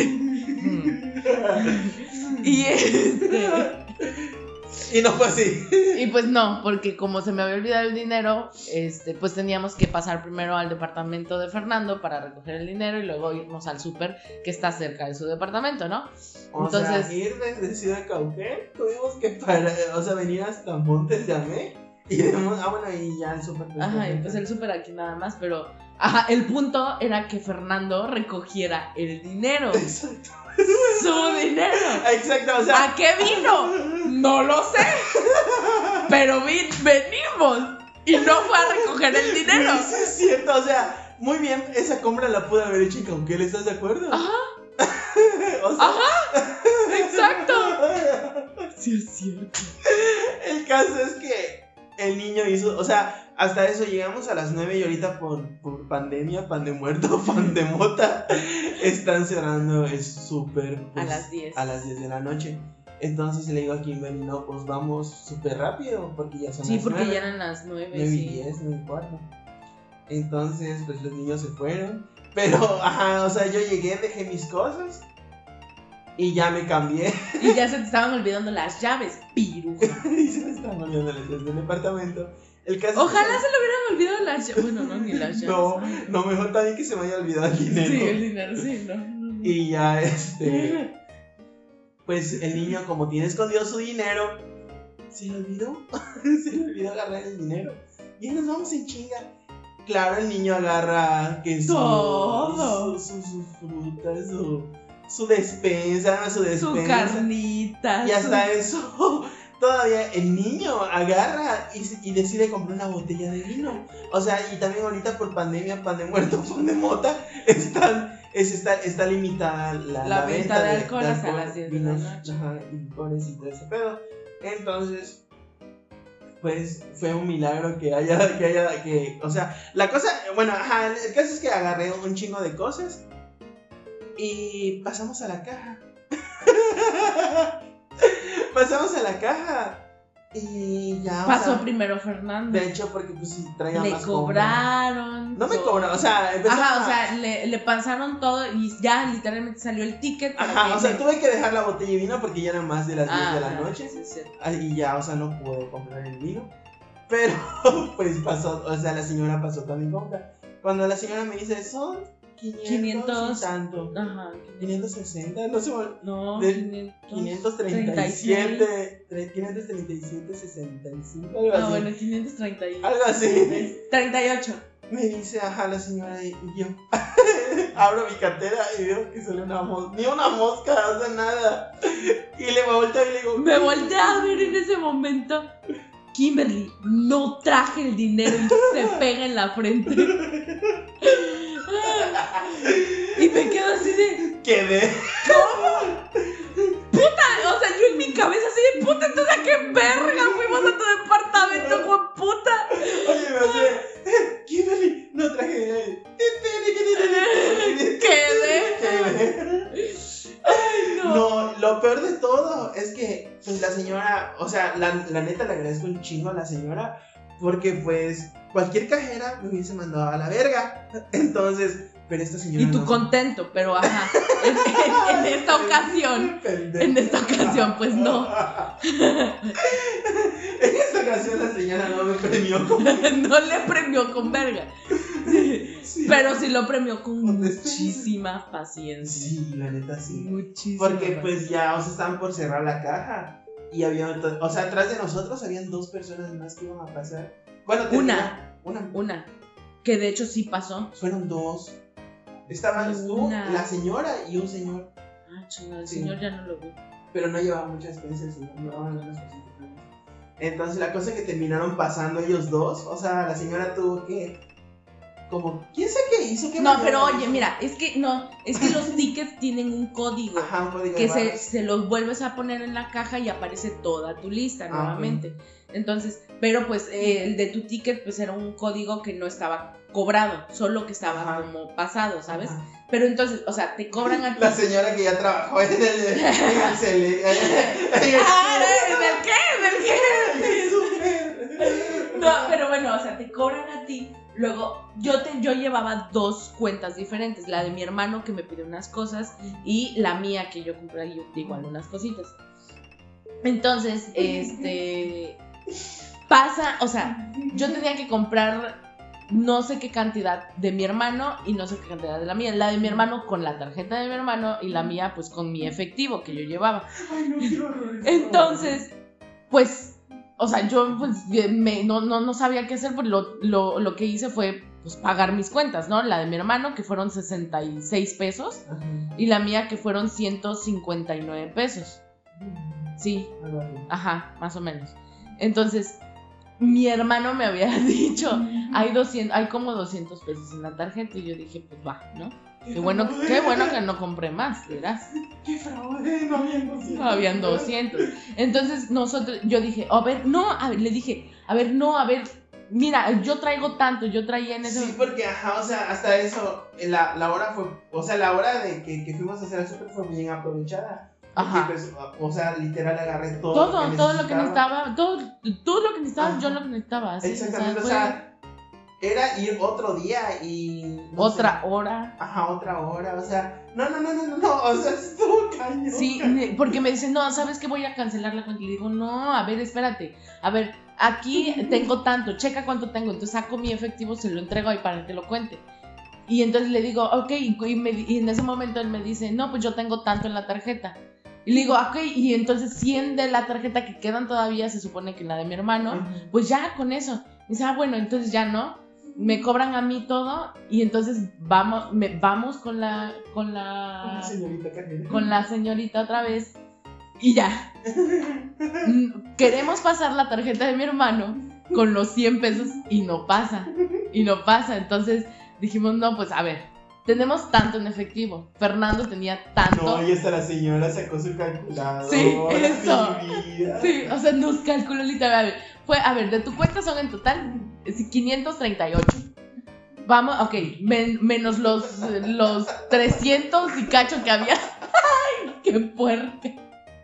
Y este. Y no fue así. Y pues no, porque como se me había olvidado el dinero, este, pues teníamos que pasar primero al departamento de Fernando para recoger el dinero y luego irnos al súper que está cerca de su departamento, ¿no? O Entonces- sea, ir desde Ciudad Cauquel, tuvimos que parar, o sea, venir hasta Montes de Amé. Y de Mon- ah, bueno, y ya el súper. Ajá, y pues el súper aquí nada más, pero. Ajá, el punto era que Fernando recogiera el dinero. Exacto. Su dinero. Exacto, o sea. ¿A qué vino? No lo sé. Pero vi- venimos y no fue a recoger el dinero. Sí, es cierto, o sea, muy bien, esa compra la pude haber hecho en Cauquel, ¿estás de acuerdo? Ajá, O sea, ajá, exacto. Sí, es cierto. el caso es que el niño hizo, o sea, hasta eso llegamos a las nueve y ahorita por, por pandemia, pan de muerto, pan de mota, están cerrando el súper pues, A las diez. a las diez de la noche. Entonces le digo a Kimberly, no, pues vamos súper rápido porque ya son Sí, las porque nueve. ya eran las nueve. nueve y Sí. diez, nueve y cuarto. Entonces, pues los niños se fueron. Pero, ajá, o sea, yo llegué, dejé mis cosas y ya me cambié. Y ya se te estaban olvidando las llaves, piruja. Y se me estaban olvidando las llaves del departamento. El caso Ojalá es que... se le hubieran olvidado las llaves. Bueno, no, ni las llaves. No, no, mejor también que se me haya olvidado el dinero. Sí, el dinero, sí, no, no, no. Y ya, este... Pues el niño, como tiene escondido su dinero, se le olvidó. Se le olvidó agarrar el dinero. Y ahí nos vamos en chinga. Claro, el niño agarra que su, todo. Su, su, su fruta, su, su despensa, su despensa. Su carnita. Y hasta su... eso, todavía el niño agarra y, y decide comprar una botella de vino. O sea, y también ahorita por pandemia, pan de muerto, pan de mota, están, es, está, está limitada la, La la venta venta de de, alcohol de hasta alcohol, las diez de vinos, la noche. ajá, y licores y todo ese pedo. Entonces... pues fue un milagro que haya, que haya, que, o sea, la cosa, bueno, ajá, el caso es que agarré un chingo de cosas y pasamos a la caja. Pasamos a la caja y ya. Pasó o sea, primero Fernando. De hecho, porque pues sí traía le más cobraron. compra. No me todo. cobraron, o sea, empezó Ajá, a... o sea, le, le pasaron todo y ya literalmente salió el ticket. Para Ajá, que o sea, me... tuve que dejar la botella de vino porque ya eran más de las diez ah, de la ajá, noche. sí, sí. Ah, y ya, o sea, no pude comprar el vino. Pero, pues pasó, o sea, la señora pasó también compra. Cuando la señora me dice, son quinientos, quinientos y tanto. Ajá. quinientos sesenta, no sé, No, de quinientos treinta y siete, quinientos treinta y siete, sesenta y cinco, algo Ah, así. bueno, quinientos treinta y... Algo así. treinta y ocho. Me dice, ajá, la señora, y yo abro mi cartera y veo que sale una mosca, ni una mosca, o sea, nada. Y le volteo y le digo, Me volteé a ver en ese momento. Kimberly, no traje el dinero y se pega en la frente. Y me quedo así de... quedé. ¿Cómo? Puta, o sea, yo en mi cabeza así de puta, entonces ¿a qué verga fuimos a tu departamento, hijo de puta? Oye, me hace, Kimberly, no traje. Quedé. Quedé. Ay, no. No, lo peor de todo es que pues, la señora, o sea, la, la neta le agradezco un chingo a la señora porque pues cualquier cajera me hubiese mandado a la verga. Entonces, pero esta señora Y tú no. contento, pero ajá, en, en, en esta ocasión, en esta ocasión, pues no. En esta ocasión la señora no me premió con No le premió con verga. Sí, sí. pero sí lo premió con Con muchísima paciencia. Sí, la neta sí. Muchísima Porque pues paciencia. ya, o sea, estaban por cerrar la caja. Y había, o sea, atrás de nosotros habían dos personas más que iban a pasar. Bueno, Una. Una. Una. Que de hecho sí pasó. Fueron dos. Estabas tú, Una. la señora y un señor. Ah, chingada, el Sí. señor ya no lo vi. Pero no llevaba mucha experiencia el señor, llevaba algunas cositas. Entonces la cosa es que terminaron pasando ellos dos. O sea, la señora tuvo que... como, ¿quién sabe qué hizo? ¿Qué No, manera pero oye, hizo? mira, es que no, es que los tickets tienen un código. Ajá, un código Que de se, barras. se los vuelves a poner en la caja y aparece toda tu lista Ah, nuevamente. Entonces, pero pues eh, el de tu ticket pues era un código que no estaba cobrado, solo que estaba Ajá. como pasado, ¿sabes? Ajá. Pero entonces, o sea, te cobran a ti. La señora que ya trabajó en el, en el cele- en el- ¡Ah! ¿Del qué? ¿Del qué? en el súper. No, pero bueno, o sea, te cobran a ti. Luego, yo te, yo llevaba dos cuentas diferentes, la de mi hermano que me pidió unas cosas y la mía que yo compré yo, igual unas cositas. Entonces, este pasa, o sea, yo tenía que comprar no sé qué cantidad de mi hermano y no sé qué cantidad de la mía. La de mi hermano con la tarjeta de mi hermano y la mía pues con mi efectivo que yo llevaba. Ay, no, qué horror. Entonces, pues, o sea, yo pues me, no, no, no sabía qué hacer, pues lo, lo, lo que hice fue pues pagar mis cuentas, ¿no? La de mi hermano que fueron sesenta y seis pesos Ajá. y la mía que fueron ciento cincuenta y nueve pesos. Sí, Algo así. ajá, más o menos. Entonces, mi hermano me había dicho, hay doscientos, hay como doscientos pesos en la tarjeta y yo dije, pues va, ¿no? Qué bueno, qué bueno que no compré más, verás. Qué fraude, no habían doscientos. No habían doscientos. Entonces nosotros, yo dije, a ver, no, a ver, le dije, a ver, no, a ver, mira, yo traigo tanto, yo traía en ese... Sí, porque, ajá, o sea, hasta eso, la, la hora fue, o sea, la hora de que, que fuimos a hacer el súper fue bien aprovechada. Ajá. Pues, o sea, literal agarré todo. Todo, lo que todo lo que necesitaba, todo, todo lo que necesitaba, Ajá. yo lo que necesitaba. Así, Exactamente, o fue sea, era ir otro día y... no otra sé, hora. ajá, otra hora, o sea, no, no, no, no, no, no, o sea, estuvo cañón. Sí, cañón. porque me dicen, no, ¿sabes qué? Voy a cancelar la cuenta. Y le digo, no, a ver, espérate. A ver, aquí tengo tanto, checa cuánto tengo. Entonces saco mi efectivo, se lo entrego ahí para que lo cuente. Y entonces le digo, ok, y, me, y en ese momento él me dice, no, pues yo tengo tanto en la tarjeta. Y le digo, ok, y entonces cien de la tarjeta que quedan todavía, se supone que la de mi hermano, uh-huh. Pues ya con eso. Y dice, ah, bueno, entonces ya no, me cobran a mí todo y entonces vamos, me, vamos con la, con la, con la señorita Carmen. Con la señorita otra vez y ya. Queremos pasar la tarjeta de mi hermano con los cien pesos y no pasa, y no pasa. Entonces dijimos, no, pues a ver. Tenemos tanto en efectivo. Fernando tenía tanto. No, y hasta la señora sacó su calculador. Sí, eso. Sí, o sea, nos calculó literal. Fue, a ver, de tu cuenta son en total quinientos treinta y ocho. Vamos, ok, men, menos los, los trescientos y cacho que había. ¡Ay, qué puerca!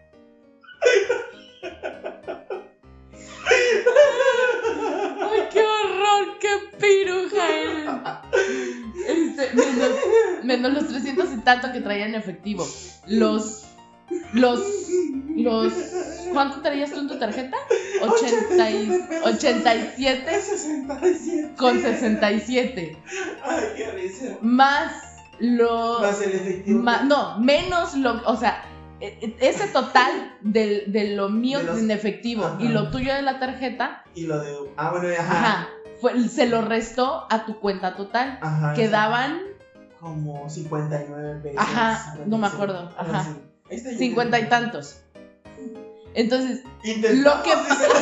¡Ay, qué horror! ¡Qué piruja eres! Este, menos, menos los trescientos y tanto que traía en efectivo. Los. Los. Los. ¿Cuánto traías tú en tu tarjeta? ochenta y, ochenta y siete. sesenta y siete. Con sesenta y siete. Ay, qué risa. Más los. Más el efectivo. Más, no, menos lo. O sea, ese total de, de lo mío de los, en efectivo, ajá. Y lo tuyo de la tarjeta. Y lo de. Ah, bueno, ajá. Ajá. Fue, se lo restó a tu cuenta total. Ajá. Quedaban. Como cincuenta y nueve pesos. Ajá, no me acuerdo. Ajá. cincuenta y tantos. Entonces, intentamos, lo que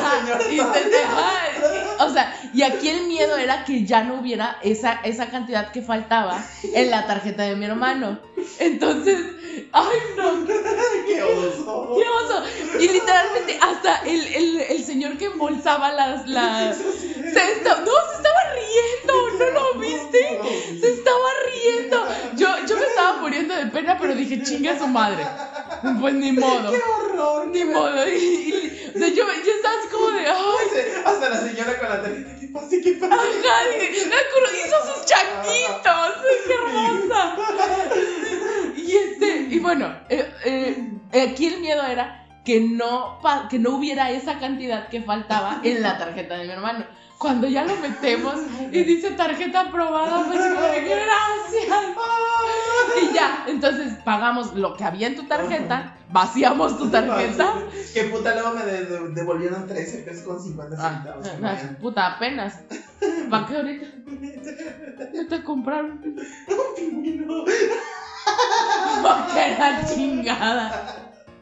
ajá, o sea, y aquí el miedo era que ya no hubiera esa, esa cantidad que faltaba en la tarjeta de mi hermano. Entonces, ay no, qué oso. Qué oso. Y literalmente hasta el, el, el señor que embolsaba las, las se estaba, no, se estaba riendo, ¿no lo viste? Se estaba riendo. Yo, yo me estaba muriendo de pena, pero dije, chinga su madre. Pues ni modo. ¡Qué horror! Ni modo. Y, y, o sea, yo, yo estaba así como de, ay. Hasta la señora con la tarjeta, ¿qué pasa? ¿Qué pasa? Ajá, hizo sus changuitos. ¡Qué hermosa! Y este, y bueno, eh, eh, aquí el miedo era que no, que no hubiera esa cantidad que faltaba en la tarjeta de mi hermano. Cuando ya lo metemos y dice tarjeta aprobada, pues como de gracias. Y ya, entonces pagamos lo que había en tu tarjeta, vaciamos tu tarjeta. Que puta, luego me de, de, devolvieron trece pesos con cincuenta centavos. Ah, puta, apenas. ¿Para qué ahorita? Ya te compraron un pingüino. Porque la chingada.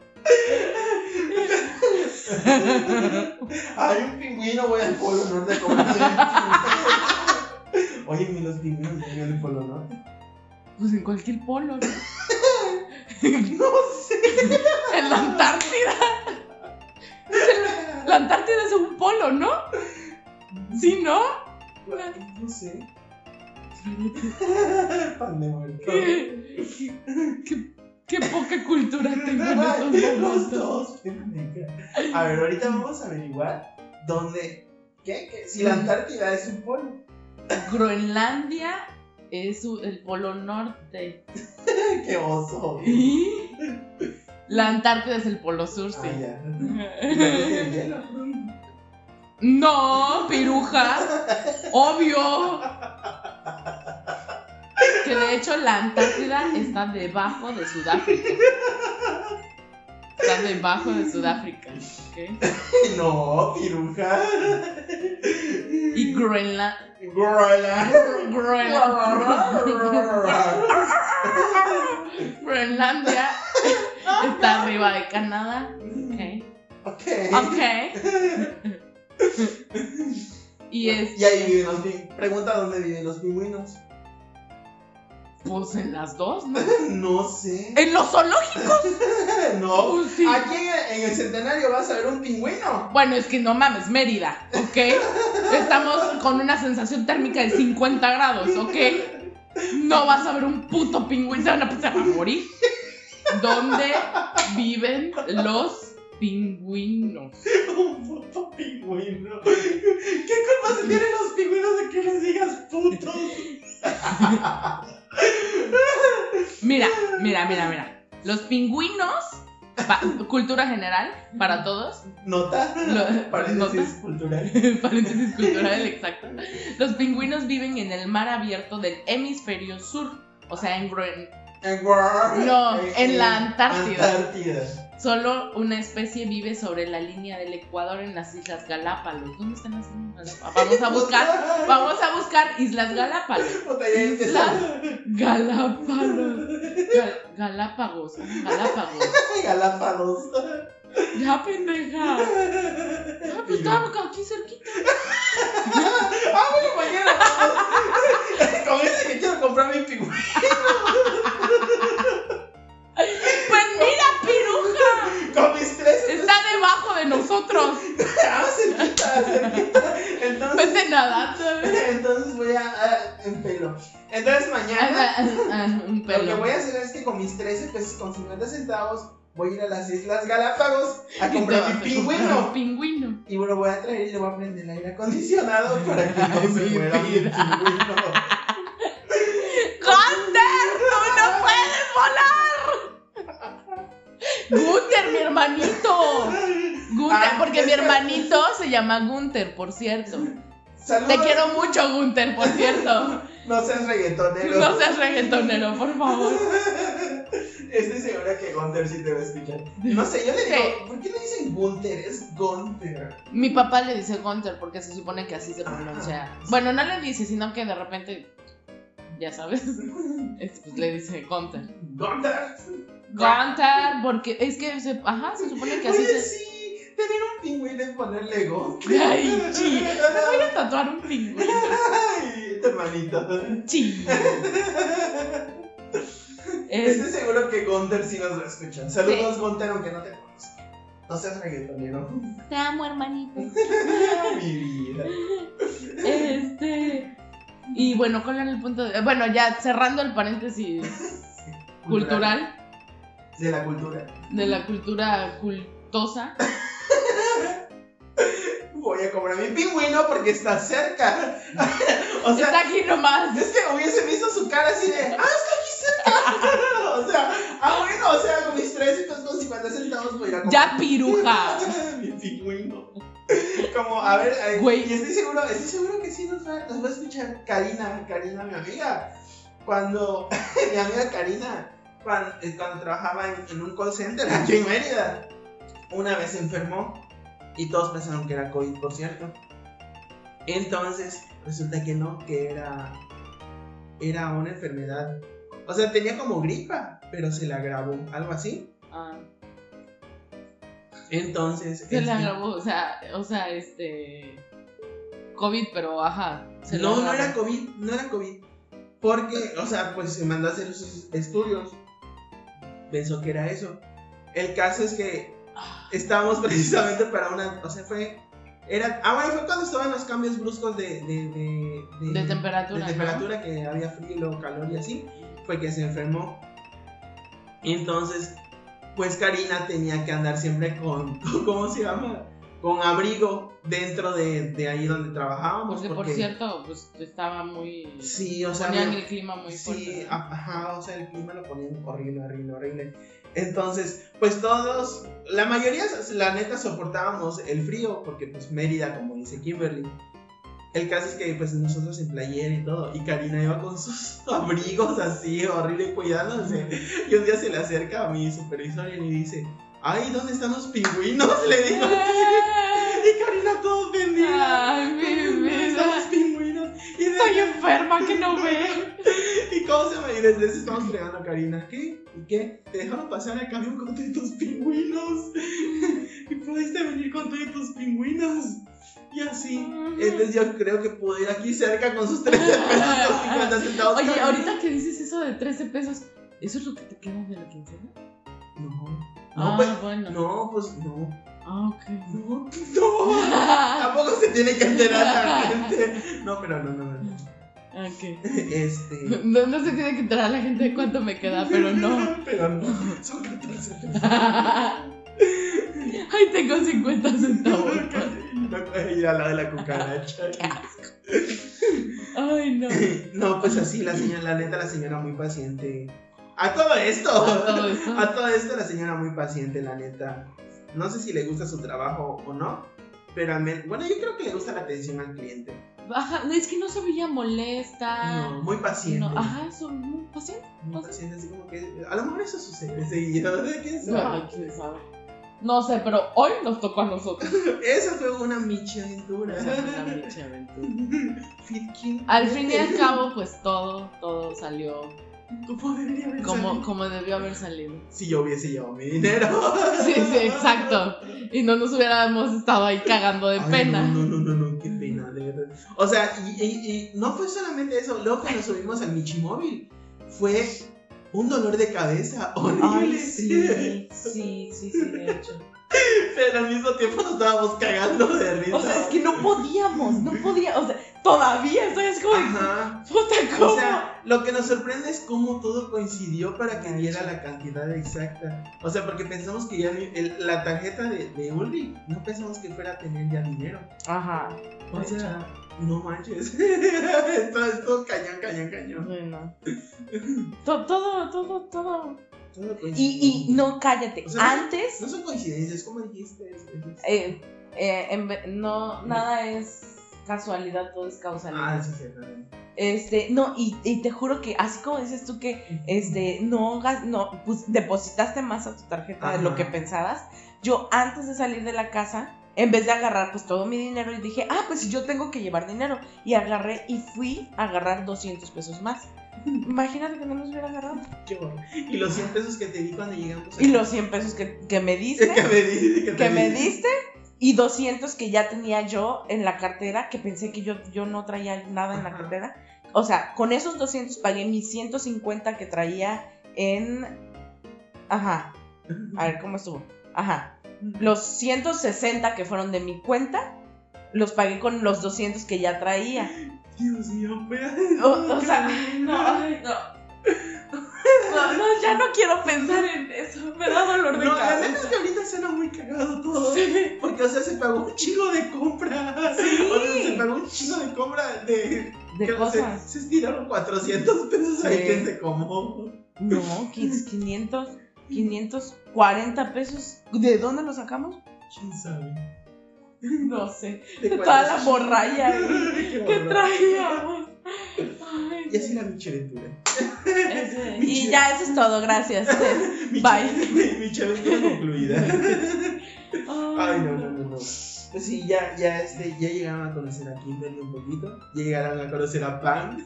Hay un pingüino, voy al Polo Norte a comer. Oye, ni los pingüinos no viven en el Polo Norte. Pues en cualquier polo, ¿no? No sé. En la Antártida. La Antártida es un polo, ¿no? ¿Sí, no? No sé. Pan de muerto. ¿Qué, qué, qué poca cultura tengo en estos Los dos. A ver, ahorita vamos a averiguar dónde. ¿Qué? ¿Qué? Si la Antártida es un polo. Groenlandia es el polo norte. ¡Qué oso! ¿Y? La Antártida es el polo sur, sí. Ah, ya. No, piruja. Obvio. Que de hecho la Antártida está debajo de Sudáfrica. Está debajo de Sudáfrica, ¿ok? No, piruja. Y Groenland. Groenland. Groenlandia está arriba de Canadá. Ok. Ok. Ok. Y es. Y ahí viven los pingüinos. Pregunta dónde viven los pingüinos. Pues en las dos, ¿no? No sé. ¿En los zoológicos? No. Pues sí. Aquí en el Centenario vas a ver un pingüino. Bueno, es que no mames, Mérida, ¿ok? Estamos con una sensación térmica de cincuenta grados, ¿ok? No vas a ver un puto pingüino, se van a empezar a morir. ¿Dónde viven los pingüinos? Un puto pingüino. ¿Qué culpa se tienen los pingüinos de que les digas putos? Mira, mira, mira, mira. Los pingüinos pa- cultura general para todos. Nota. Lo- Paréntesis nota. cultural. Paréntesis cultural, exacto. Los pingüinos viven en el mar abierto del hemisferio sur. O sea, en Groen- No, en la Antártida. Antártida. Solo una especie vive sobre la línea del Ecuador en las Islas Galápagos. ¿Dónde están las Islas Galápagos? Vamos a buscar, vamos a buscar Islas Galápagos. Islas Galápagos. Gal- Galápagos. Galápagos. Galápagos. Ya, pendeja. Ah, pues estamos aquí cerquita. Ah, bueno, mañana vamos. Con ese que quiero comprar mi pingüino. Pues mira, piruja. Con mis tres. Está debajo de nosotros. Ah, cerquita, cerquita. Entonces, Vete nadando. entonces voy a. a en pelo. Entonces mañana. Ah, ah, ah, un Lo que pelo. voy a hacer es que con mis trece pesos con cincuenta centavos voy a ir a las Islas Galápagos a Y te comprar vas mi a pingüino. comprar un pingüino. Y lo voy a traer y le voy a prender el aire acondicionado para que no Ay, se mi muera mi vida. pingüino. ¡Gunter! ¡Tú no puedes volar! ¡Gunter, mi hermanito! Gunter, Ah, porque es mi que- hermanito se llama Gunter, por cierto. Saludos. Te quiero mucho, Gunter, por cierto. No seas reggaetonero. No seas reggaetonero, por favor. Estoy segura que Gunter sí te va a escuchar. No sé, yo le digo, Sí. ¿por qué le dicen Gunter? Es Gunter. Mi papá le dice Gunter porque se supone que así se pronuncia. Bueno, no le dice, sino que de repente, ya sabes, este, pues le dice Gunter. Gunter. Gunter, porque es que se, ajá, se supone que así Oye, se... sí, tener un pingüino y ponerle Gunter. Ay, chi, me voy a tatuar un pingüino. Ay, este hermanito. Chi. Estoy Es- seguro que Gunter sí nos va a escuchar. Saludos, Gunter, aunque no te conozco. No seas reggaetonero. Te amo, hermanito. Mi vida. Este. Y bueno, ¿cuál era el punto? De... Bueno, ya cerrando el paréntesis cultural De la cultura. de la cultura cultosa. Voy a comprar mi pingüino porque está cerca. O sea, Está aquí nomás. es que hubiese visto su cara así de, ah, está aquí cerca. O sea, ah, bueno, o sea, con mis tres pesos con cincuenta centavos voy a ir a comprar Ya, piruja. mi pingüino. Como, a ver, eh, Güey. y estoy seguro, estoy seguro que sí nos va, nos va a escuchar Karina, Karina, mi amiga. Cuando, mi amiga Karina, cuando, eh, cuando trabajaba en, en un call center aquí en Mérida, una vez se enfermó y todos pensaron que era COVID, por cierto. Entonces, resulta que no, que era, era una enfermedad. O sea, tenía como gripa, pero se la agravó, algo así. Ah, Entonces, se la este, grabó, o sea, o sea, este. COVID, pero ajá. Se la no, no grabó. era COVID, no era COVID. Porque, o sea, pues se mandó a hacer sus estudios. Pensó que era eso. El caso es que estábamos precisamente para una. O sea, fue. Era. Ah, bueno, fue cuando estaban los cambios bruscos de. De, de, De temperatura, De temperatura, que había frío, luego calor y así. Fue que se enfermó. Entonces, pues Karina tenía que andar siempre con. con- ¿Cómo se llama? Con abrigo dentro de, de ahí donde trabajábamos. Porque, por cierto, pues estaba muy. Sí, o sea. Ponían no- el clima muy fuerte. Sí, ¿no? ajá, o sea, el clima lo ponían horrible, horrible, horrible. Entonces, pues todos, la mayoría, la neta, soportábamos el frío, porque pues Mérida, como dice Kimberly. El caso es que pues nosotros en playera y todo, y Karina iba con sus abrigos así, horrible, cuidándose. Y un día se le acerca a mi supervisor y le dice, ay, ¿dónde están los pingüinos? Le digo. Y Karina todo ofendida. Ay, mi ¿Dónde están los vida. pingüinos? Y de- Estoy enferma que no ve. ¿Y cómo se llama? Y desde eso estamos fregando a Karina. ¿Qué? ¿Y qué? ¿Te dejaron pasar al camión con todos tus pingüinos? ¿Y pudiste venir con todos tus pingüinos? Y así. Entonces yo creo que pude ir aquí cerca con sus trece pesos con cincuenta centavos. Oye, Karina. ahorita que dices eso de trece pesos, ¿eso es lo que te queda de la quincena? No. No, Ah, pues. bueno. No, pues no. Ah, ok. No, no. Tampoco se tiene que enterar la gente. No, pero no, no, no. no. Ok. Este. No, no se tiene que enterar la gente de cuánto me queda, pero no. Pero no. Son catorce pesos. Ay, tengo cincuenta centavos. No puede ir a la de la cucaracha. Ay, no. No, pues así, la señora, la neta, la señora muy paciente. A todo esto. A todo esto. A todo esto la señora muy paciente, la neta. No sé si le gusta su trabajo o no, pero al menos, bueno, yo creo que le gusta la atención al cliente. Ajá, es que no se veía molesta. No, muy paciente. No, ajá, eso, muy paciente. Muy paciente, así como que a lo mejor eso sucede seguido, ¿de quién sabe? Ay, quién sabe. No sé, pero hoy nos tocó a nosotros. Esa fue una michi aventura. Esa fue una michi aventura. Fitkin. Al fin y al cabo, pues todo, todo salió ¿Cómo debería haber como, salido? como debió haber salido. Si yo hubiese llevado mi dinero. Sí, sí, exacto. Y no nos hubiéramos estado ahí cagando de Ay, pena. No, no, no, no, no, qué pena, de verdad. O sea, y, y, y no fue solamente eso. Luego cuando subimos al Michimóvil, fue un dolor de cabeza horrible. Ay, sí, sí, sí, sí, de hecho. Pero al mismo tiempo nos estábamos cagando de risa. O sea, es que no podíamos, no podíamos. O sea, todavía estoy es como. Ajá. Puta, ¿cómo? O sea, lo que nos sorprende es cómo todo coincidió para que Ay, diera sí. la cantidad exacta. O sea, porque pensamos que ya ni- el- la tarjeta de, de Ulrich, no pensamos que fuera a tener ya dinero. Ajá. O sea, no manches. Esto es todo cañón, cañón, cañón. Bueno. To- Todo, todo, todo. Todo coincidió. Y, y no, cállate. O sea, Antes, No son coincidencias, como dijiste. Es- es- eh, eh, en ve- no, nada es casualidad, todo es causalidad. Ah, sí, sí, sí. Este, no, y, y te juro que así como dices tú que este, no, gas- no pues, depositaste más a tu tarjeta Ajá. de lo que pensabas, yo antes de salir de la casa, en vez de agarrar pues todo mi dinero, y dije, ah, pues yo tengo que llevar dinero, y agarré y fui a agarrar doscientos pesos más. Imagínate que no los hubiera agarrado. Qué bueno. Y los cien pesos que te di cuando llegamos Y los cien pesos que, que me diste, que me di- que te que me di. diste, y doscientos que ya tenía yo en la cartera, que pensé que yo, yo no traía nada en la Ajá. cartera. O sea, con esos doscientos pagué mis ciento cincuenta que traía en... Ajá. A ver, ¿cómo estuvo? Ajá. Los ciento sesenta que fueron de mi cuenta, los pagué con los doscientos que ya traía. Dios mío, fue. O, o sea, no, ay, no. No, no, ya no quiero pensar en eso. Me da dolor de No, la neta cabeza. es que ahorita suena muy cagado todo. Sí. Porque, o sea, se pagó un chingo de compra. Sí. O sea, se pagó un chingo de compra de. De que, cosas. Se, se estiraron cuatrocientos pesos ahí Sí. que se comó. No, quinientos, quinientos cuarenta pesos. ¿De dónde lo sacamos? ¿Quién sabe? No sé. De De toda la cuántos- morralla ahí Qué que horror. traíamos. Ay, Y así la mi aventura. ese- Y ya, eso es todo. Gracias. Mi Bye. ch- Mi, mi aventura concluida. Ay, no, no, no, no. Pues sí, ya, ya, este, ya llegaron a conocer a Kimberly un poquito. Ya llegaron a conocer a Pan.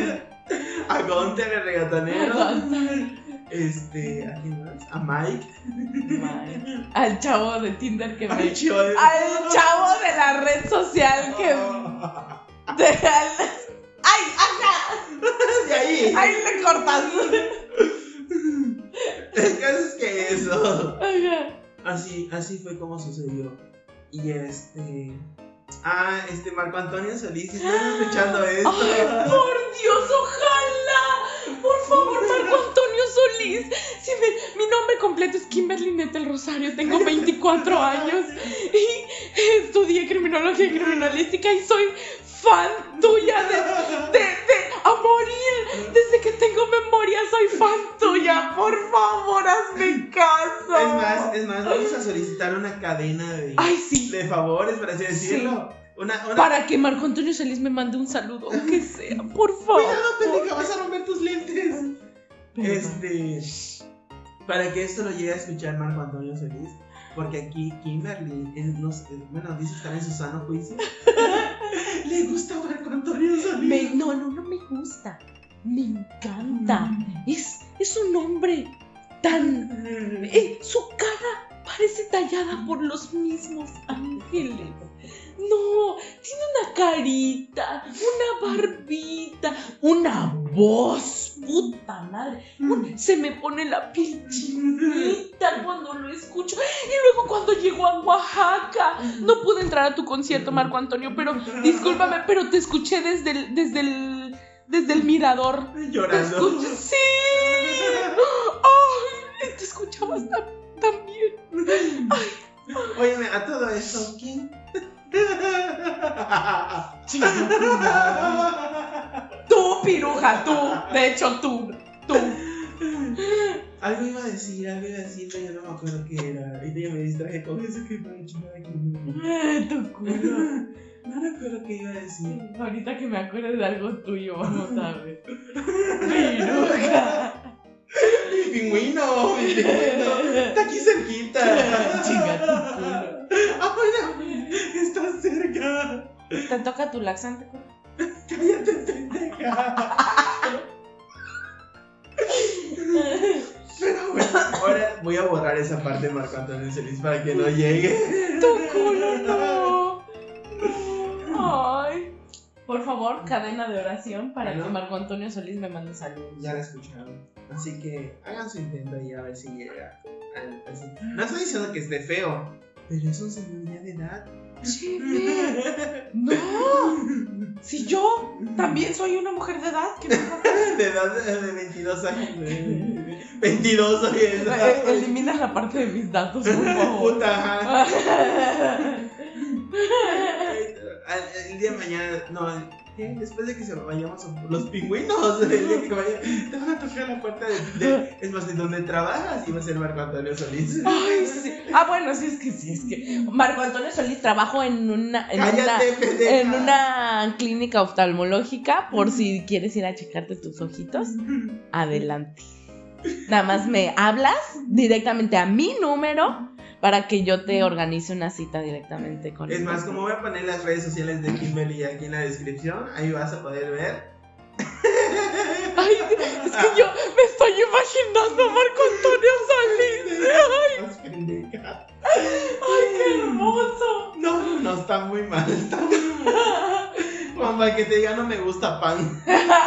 A Gunter, el regatonero. Este, ¿a quién más? A Mike. Ay, al chavo de Tinder que me. Ay, chivo. Al chavo de la red social que. De, al- ¡Ay! ¡Ajá! De ahí. ¡Ahí le cortas! El caso es que eso. Ajá. Así, así fue como sucedió. Y este. Ah, este Marco Antonio Solís, si están escuchando esto. ¡Ay, por Dios, ojalá! Por favor, Marco Antonio Solís. Si me- mi nombre completo es Kimberly Nettel Rosario, tengo veinticuatro años y estudié criminología y criminalística y soy fan tuya de, de, de a morir. Desde que tengo memoria soy fan tuya. Por favor, hazme caso. Es más, es más, vamos a solicitar una cadena de, Ay, sí. de favores, por así decirlo. Una, una... Para que Marco Antonio Solís me mande un saludo, aunque sea, por favor. Cuidado, pendeja, vas a romper tus lentes. Perdón. Este. Para que esto lo llegue a escuchar Marco Antonio Solís. Porque aquí Kimberly, él nos, eh, bueno, dice estar en su sano juicio. Le gusta Marco Antonio Solís. Me- no, no, no me gusta. Me encanta. Es, es un hombre tan... eh, su cara parece tallada por los mismos ángeles. No, tiene una carita, una barbita, una voz, puta madre. Un- se me pone la piel chinita cuando lo escucho. Y luego cuando llegó a Oaxaca, no pude entrar a tu concierto, Marco Antonio, pero discúlpame, pero te escuché desde el, desde el, desde el mirador. Te Llorando. escuché, sí. Ay, te escuchabas tan, tan bien. Óyeme, a todo esto, ¿quién? Tú, piruja, tú. De hecho, tú, tú. Algo iba a decir, algo iba a decir, pero ya no me acuerdo qué era. Ahorita ya me distraje con eso que me ha hecho nada que Tu culo. No recuerdo qué iba a decir. Ahorita que me acuerdo de algo tuyo, vamos a ver. Piruja. Mi pingüino, mi pingüino. Está aquí cerquita. Chinga tu culo. Ahora, está cerca. ¿Te toca tu laxante, culo? Cállate, pendeja. Pero bueno, ahora voy a borrar esa parte de Marco Antonio Solís para que no llegue. Tu culo no. Ay. Por favor, cadena de oración para Bueno. que Marco Antonio Solís me mande saludos. Ya la escucharon. Así que hagan su intento y a ver si llega. Así. No estoy diciendo que esté feo, pero es un señor ya de edad. Chefe. No. Si yo también soy una mujer de edad, ¿qué me pasa? De edad de, de veintidós años. De veintidós años. Eh, Elimina la parte de mis datos, por favor. Puta. El día de mañana, no, ¿qué? Después de que se vayamos a los pingüinos, el día que vaya, te van a tocar la puerta de, de es más, de donde trabajas y va a ser Marco Antonio Solís. Ay, sí. Ah, bueno, sí, es que sí, es que Marco Antonio Solís trabajo en una en, Cállate, una, pendeja. en una clínica oftalmológica por si quieres ir a checarte tus ojitos. Adelante. Nada más me hablas directamente a mi número para que yo te organice una cita directamente con Es el más, doctor. como voy a poner las redes sociales de Kimberly aquí en la descripción, ahí vas a poder ver. Ay, es que yo me estoy imaginando a Marco Antonio Solís. Ay, Más pendeja. ay, qué hermoso. No, no, no, está muy mal, está muy mal. Como para que te diga no me gusta pan.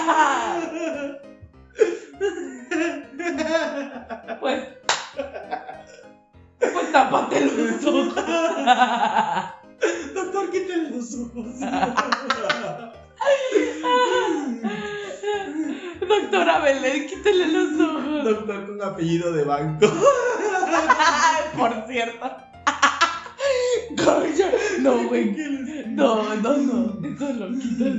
Pues, pues tápate los ojos. Doctor, quítale los ojos. Doctora Belén, quítale los ojos. Doctor con apellido de banco. Por cierto. Coño, no, güey. No, no, no. Eso lo quitas.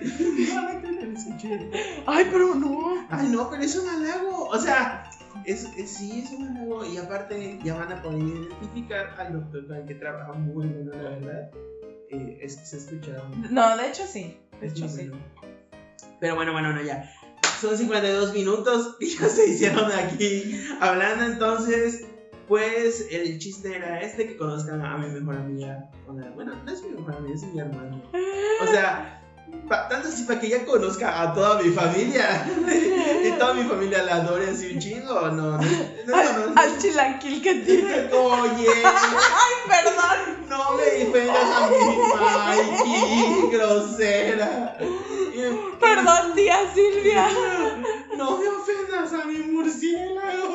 Ay, pero no. Ay, no, pero es un halago. O sea, es, es, sí, es un halago. Y aparte, ya van a poder identificar al doctor con el que trabaja muy bueno, la verdad. Eh, es que se escucha. No, de hecho sí. De Es hecho muy sí. bueno. Pero bueno, bueno, no, ya. Son cincuenta y dos minutos y ya se hicieron aquí hablando. Entonces, pues el chiste era este: que conozcan a mi mejor amiga. Bueno, no es mi mejor amiga, es mi hermano. O sea, pa, tanto así para que ella conozca a toda mi familia. Y toda mi familia la adore así un chingo. No, no, no, no, no. Al chilanquil que tiene. Oye, Ay, perdón. no me difendas a mi Mikey, grosera. Perdón, tía Silvia. No me ofendas a mi murciélago.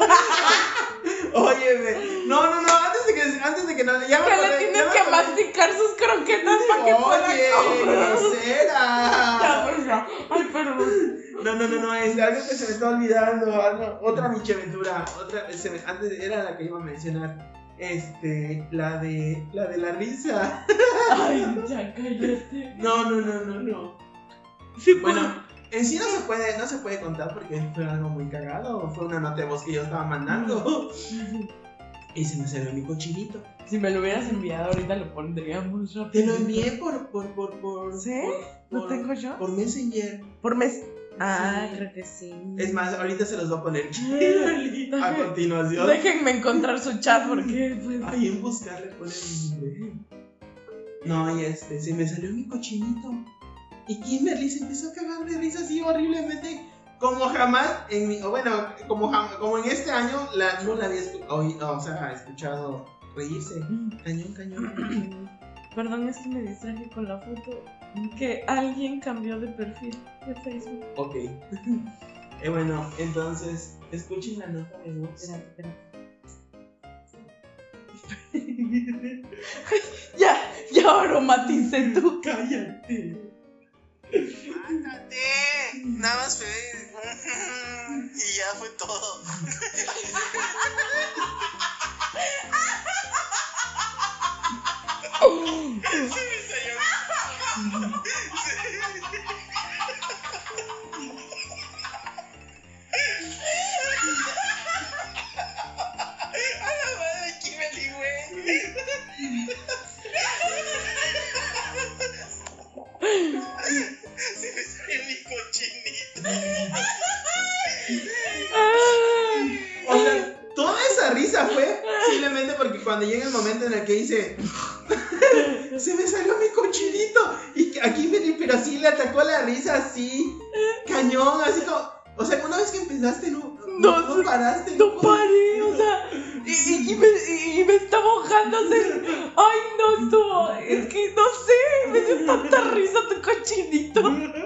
Óyeme, no, no, no, antes de que, antes de que no, ya me Que acordé, le tienes ya me que acordé. masticar sus croquetas para que pueda Oye, comer. grosera. Ya, pues ya. Ay, perdón. No, no, no, no, es algo que se me está olvidando, algo, otra micheventura, otra, se me, antes era la que iba a mencionar, este, la de, la de la risa. Ay, ya cállate. No, no, no, no, no. Sí, Bueno, en sí no se puede, no se puede contar porque fue algo muy cagado, fue una nota de voz que yo estaba mandando y se me salió mi cochinito. Si me lo hubieras enviado ahorita lo pondríamos rápido. Te lo envié por, por, por, por, ¿Sí? por, ¿Lo tengo yo? por Messenger. Por mes. Ah, Sí. creo que sí. Es más, ahorita se los voy a poner Ay, a continuación. Déjenme encontrar su chat porque pues. Ahí en buscarle poner mi nombre. No, y este, se me salió mi cochinito. Y Kimberly se empezó a cagar de risa así horriblemente. Como jamás, en mi, o bueno, como, jam- como en este año, la, no la había escu- oído, o sea, escuchado reírse. Cañón, cañón, cañón. Perdón, es que me distraje con la foto que alguien cambió de perfil de Facebook. Ok. Eh, bueno, entonces, escuchen la nota de voz. Espérate, espérate. Ya, ya aromaticé tú. Cállate. Mátate. Nada más fue. Y ya fue todo. dice, se me salió mi cochinito. Y aquí me, pero sí le atacó la risa así, cañón, así como, o sea, una vez que empezaste no, no, no, no paraste. No paré, o sea, y, y, me, y me está mojándose. Ay, no, estuvo, es que no sé, me dio tanta risa tu cochinito.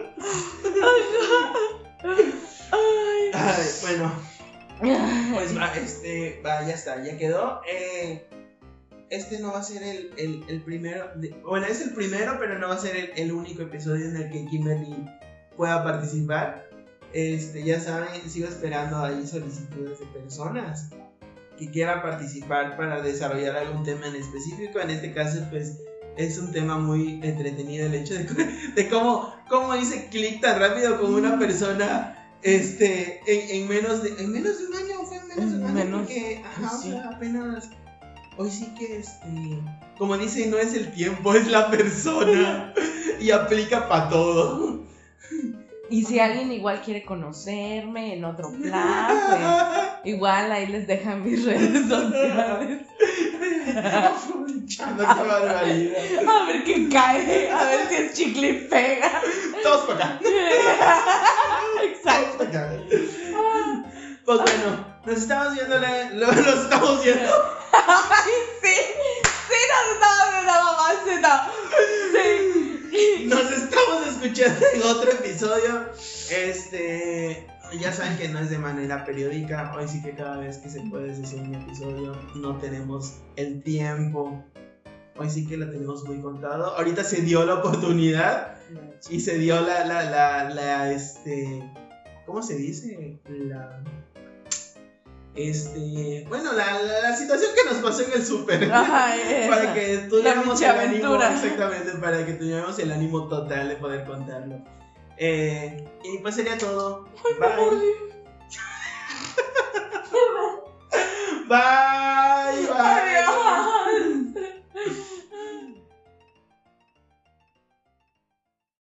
Ay. Ay, bueno, pues va, este, va, ya está, ya quedó. Eh, este no va a ser el, el, el primero, de, bueno, es el primero, pero no va a ser el, el único episodio en el que Kimberly pueda participar. Este, ya saben, sigo esperando ahí solicitudes de personas que quieran participar para desarrollar algún tema en específico. En este caso, pues, es un tema muy entretenido el hecho de, de cómo, cómo hice clic tan rápido con una persona este, en, en, menos de, en menos de un año, fue en menos de un año, menos, porque, ajá, sí. O sea, apenas, hoy sí que, este, como dice, no es el tiempo, es la persona, y aplica para todo. Y si alguien igual quiere conocerme en otro plan, pues igual ahí les dejan mis redes sociales. Aprovechando, qué barbaridad. A ver qué cae, a ver si el chicle pega. Todos para acá. Exacto. Todos para acá. Pues bueno, nos estamos viendo, la, lo, nos estamos viendo. Ay, sí, sí, nos estamos viendo, mamacita. Sí. Nos estamos escuchando en otro episodio. Este, ya saben que no es de manera periódica. Hoy sí que cada vez que se puede se sube un episodio. No tenemos el tiempo. Hoy sí que lo tenemos muy contado. Ahorita se dio la oportunidad y se dio la, la, la, la, este, ¿cómo se dice? La, este, bueno, la, la, la situación que nos pasó en el súper. Para que tuviéramos el ánimo, exactamente, para que tuviéramos el ánimo total de poder contarlo. Eh, y pues sería todo. Ay, Bye. Bye.